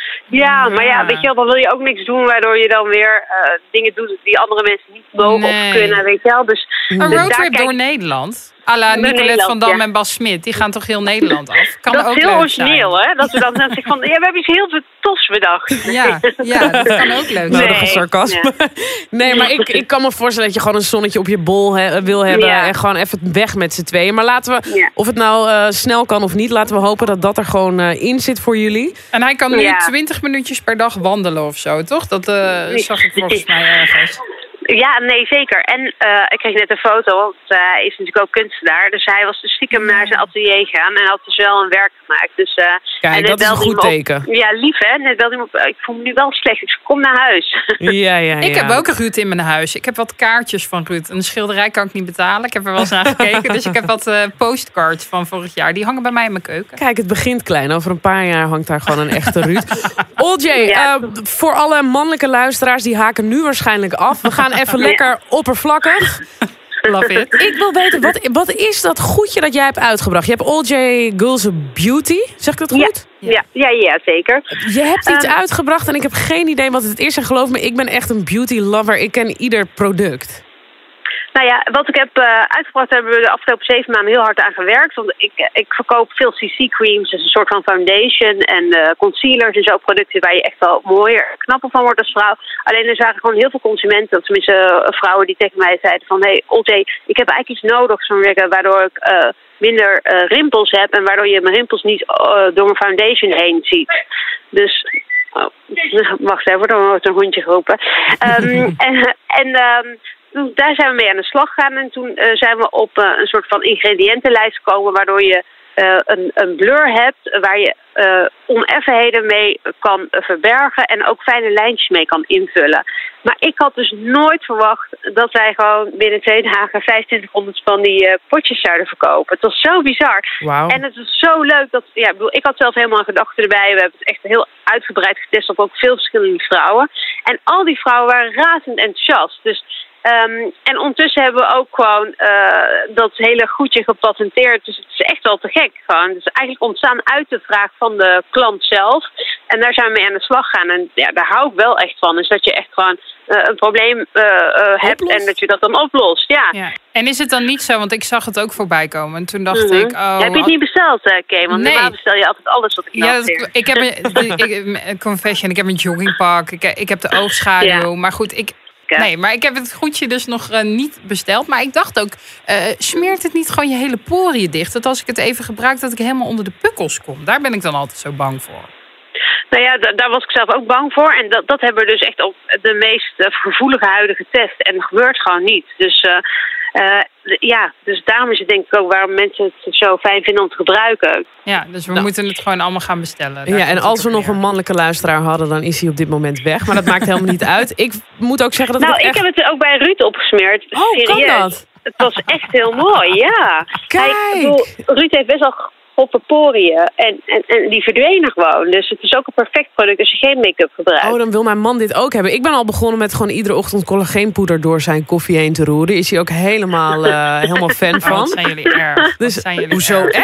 S4: Ja, maar ja, weet je wel, dan wil je ook niks doen waardoor je dan weer uh, dingen doet die andere mensen niet mogen nee. of kunnen, weet je wel. Dus,
S2: een
S4: dus
S2: roadtrip kijk... door Nederland? À la Nicolette van Dam ja. en Bas Smit, die gaan toch heel Nederland af? Kan
S4: dat
S2: ook
S4: is heel
S2: leuk
S4: origineel,
S2: zijn.
S4: Hè? Dat we dan zeggen van, ja, we hebben iets heel veel tofs bedacht.
S2: Ja, ja, dat kan ook leuk zijn.
S1: Nodige nee. sarcasme. Ja. Nee, maar ik, ik kan me voorstellen dat je gewoon een zonnetje op je bol he, wil hebben. Ja. En gewoon even weg met z'n tweeën. Maar laten we, ja. of het nou uh, snel kan of niet, laten we hopen dat dat er gewoon uh, in zit voor jullie.
S2: En hij kan nu ja. twintig minuutjes per dag wandelen of zo, toch? Dat uh, zag ik volgens mij ergens.
S4: Ja, nee, zeker. En uh, ik kreeg net een foto, want uh, hij is natuurlijk ook kunstenaar. Dus hij was dus stiekem naar zijn atelier gegaan en had dus wel een werk gemaakt. Dus, uh,
S1: Kijk,
S4: en
S1: dat is een goed teken.
S4: Ja, lief hè. Net belde hij me op. Ik voel me nu wel slecht, dus kom naar huis.
S1: Ja, ja, ja.
S2: Ik heb ook een Ruud in mijn huis. Ik heb wat kaartjes van Ruud. Een schilderij kan ik niet betalen. Ik heb er wel eens naar gekeken. Dus ik heb wat uh, postcards van vorig jaar. Die hangen bij mij in mijn keuken.
S1: Kijk, het begint klein. Over een paar jaar hangt daar gewoon een echte Ruud. Olje, ja. uh, voor alle mannelijke luisteraars, die haken nu waarschijnlijk af. We gaan even ja. lekker oppervlakkig.
S2: Love it.
S1: Ik wil weten, wat, wat is dat goedje dat jij hebt uitgebracht? Je hebt All J Girls Beauty, zeg ik dat goed?
S4: Ja, ja, ja, ja zeker.
S1: Je hebt iets um, uitgebracht en ik heb geen idee wat het is. En geloof me, ik ben echt een beauty lover. Ik ken ieder product.
S4: Nou ja, wat ik heb uh, uitgebracht, hebben we de afgelopen zeven maanden heel hard aan gewerkt. Want ik, ik verkoop veel C C creams, dus een soort van foundation en uh, concealers. Dus ook producten waar je echt wel mooier, knapper van wordt als vrouw. Alleen er waren gewoon heel veel consumenten, of tenminste uh, vrouwen die tegen mij zeiden van... Hé, hey, Olje, ik heb eigenlijk iets nodig, zo'n regga, waardoor ik uh, minder uh, rimpels heb en waardoor je mijn rimpels niet uh, door mijn foundation heen ziet. Dus... Oh, wacht even, dan wordt een hondje geroepen. Um, en... en um, Toen, daar zijn we mee aan de slag gegaan en toen uh, zijn we op uh, een soort van ingrediëntenlijst gekomen waardoor je uh, een, een blur hebt waar je uh, oneffenheden mee kan uh, verbergen en ook fijne lijntjes mee kan invullen. Maar ik had dus nooit verwacht dat wij gewoon binnen twee dagen vijfentwintighonderd van die uh, potjes zouden verkopen. Het was zo bizar.
S1: Wow. En
S4: het is zo leuk dat, ja, ik, bedoel, ik had zelf helemaal gedachten erbij. We hebben het echt heel uitgebreid getest op ook veel verschillende vrouwen. En al die vrouwen waren razend enthousiast. Dus Um, en ondertussen hebben we ook gewoon uh, dat hele goedje gepatenteerd. Dus het is echt wel te gek gewoon. Het is eigenlijk ontstaan uit de vraag van de klant zelf. En daar zijn we mee aan de slag gaan. En ja, daar hou ik wel echt van. Dus dat je echt gewoon uh, een probleem uh, uh, hebt en dat je dat dan oplost. Ja.
S2: ja. En is het dan niet zo, want ik zag het ook voorbij komen. En toen dacht
S4: mm-hmm.
S2: ik... Oh,
S4: heb je het niet besteld, uh, Kay? Want nee. normaal bestel je altijd alles wat ik
S2: ja, dat, ik heb een, ik, confession, ik heb een joggingpak. Ik, ik heb de oogschaduw. Ja. Maar goed, ik... Nee, maar ik heb het goedje dus nog uh, niet besteld. Maar ik dacht ook, uh, smeert het niet gewoon je hele poriën dicht? Dat als ik het even gebruik, dat ik helemaal onder de pukkels kom. Daar ben ik dan altijd zo bang voor.
S4: Nou ja, d- daar was ik zelf ook bang voor. En dat, dat hebben we dus echt op de meest uh, gevoelige huiden getest. En dat gebeurt gewoon niet. Dus... Uh, Uh, ja, dus daarom is het denk ik ook waarom mensen het zo fijn vinden om te gebruiken.
S2: Ja, dus we nou. moeten het gewoon allemaal gaan bestellen.
S1: Daar ja, en als we nog een mannelijke luisteraar hadden, dan is hij op dit moment weg. Maar dat maakt helemaal niet uit. Ik moet ook zeggen dat
S4: nou,
S1: ik
S4: ik
S1: echt...
S4: heb het ook bij Ruud opgesmeerd.
S1: Oh, serieus. Kan dat?
S4: Het was echt heel mooi, ja.
S1: Kijk!
S4: Hij, ik bedoel, Ruud heeft best wel goffe poriën en, en, en die verdwenen gewoon. Dus het is ook een perfect product als je geen make-up gebruikt.
S1: Oh, dan wil mijn man dit ook hebben. Ik ben al begonnen met gewoon iedere ochtend collageenpoeder door zijn koffie heen te roeren. Is hij ook helemaal, uh, helemaal fan van.
S2: Oh, wat zijn jullie erg.
S1: Dus,
S2: zijn jullie
S1: hoezo
S2: erg?
S1: erg?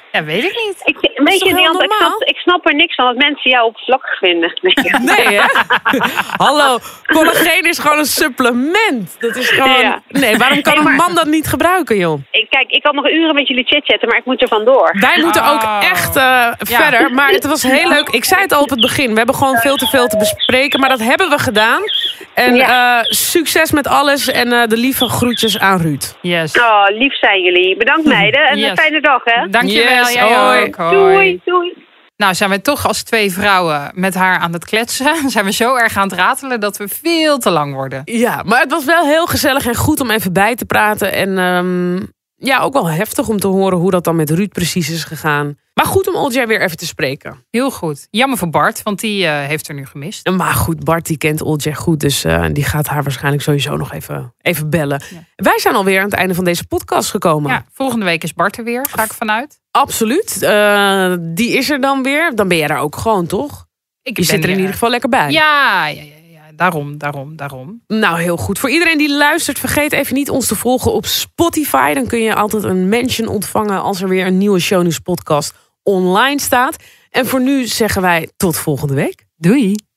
S2: Ja, weet ik niet.
S4: Ik, weet
S1: toch
S4: je,
S1: heel
S4: Diante, ik,
S1: normaal?
S4: snap, ik snap er niks van dat mensen jou oppervlakkig vinden. Nee.
S1: Nee, hè? Hallo, collageen is gewoon een supplement. Dat is gewoon...
S4: Ja.
S1: Nee, waarom kan
S4: Nee, maar-
S1: een man dat niet gebruiken, joh?
S4: Ik, kijk, ik kan nog uren met jullie chitchatten, maar ik moet er vandoor.
S1: Wij moeten ook
S2: Oh.
S1: echt uh, verder. Maar het was heel leuk. Ik zei het al op het begin. We hebben gewoon veel te veel te bespreken. Maar dat hebben we gedaan. En
S4: Ja.
S1: uh, succes met alles. En uh, de lieve groetjes aan Ruud.
S2: Yes.
S4: Oh, lief zijn jullie. Bedankt meiden en
S2: Yes.
S4: een fijne dag, hè?
S2: Dankjewel,
S1: Yes,
S2: jij
S1: hoi.
S2: ook. Hoi.
S4: Doei, doei.
S2: Nou, zijn we toch als twee vrouwen met haar aan het kletsen. Zijn we zo erg aan het ratelen dat we veel te lang worden.
S1: Ja, maar het was wel heel gezellig en goed om even bij te praten. En um, ja, ook wel heftig om te horen hoe dat dan met Ruud precies is gegaan. Maar goed om Olja weer even te spreken.
S2: Heel goed. Jammer voor Bart, want die uh, heeft er nu gemist.
S1: Maar goed, Bart die kent Olja goed. Dus uh, die gaat haar waarschijnlijk sowieso nog even, even bellen.
S2: Ja.
S1: Wij zijn alweer aan het einde van deze podcast gekomen.
S2: Ja, volgende week is Bart er weer, ga ik vanuit.
S1: Absoluut. Uh, die is er dan weer. Dan ben jij daar ook gewoon, toch?
S2: Ik
S1: Je
S2: ben
S1: zit er in
S2: weer.
S1: ieder geval lekker bij.
S2: Ja, ja, ja, ja, daarom, daarom, daarom.
S1: Nou, heel goed. Voor iedereen die luistert, vergeet even niet ons te volgen op Spotify. Dan kun je altijd een mention ontvangen als er weer een nieuwe Shownieuws podcast online staat. En voor nu zeggen wij tot volgende week.
S2: Doei.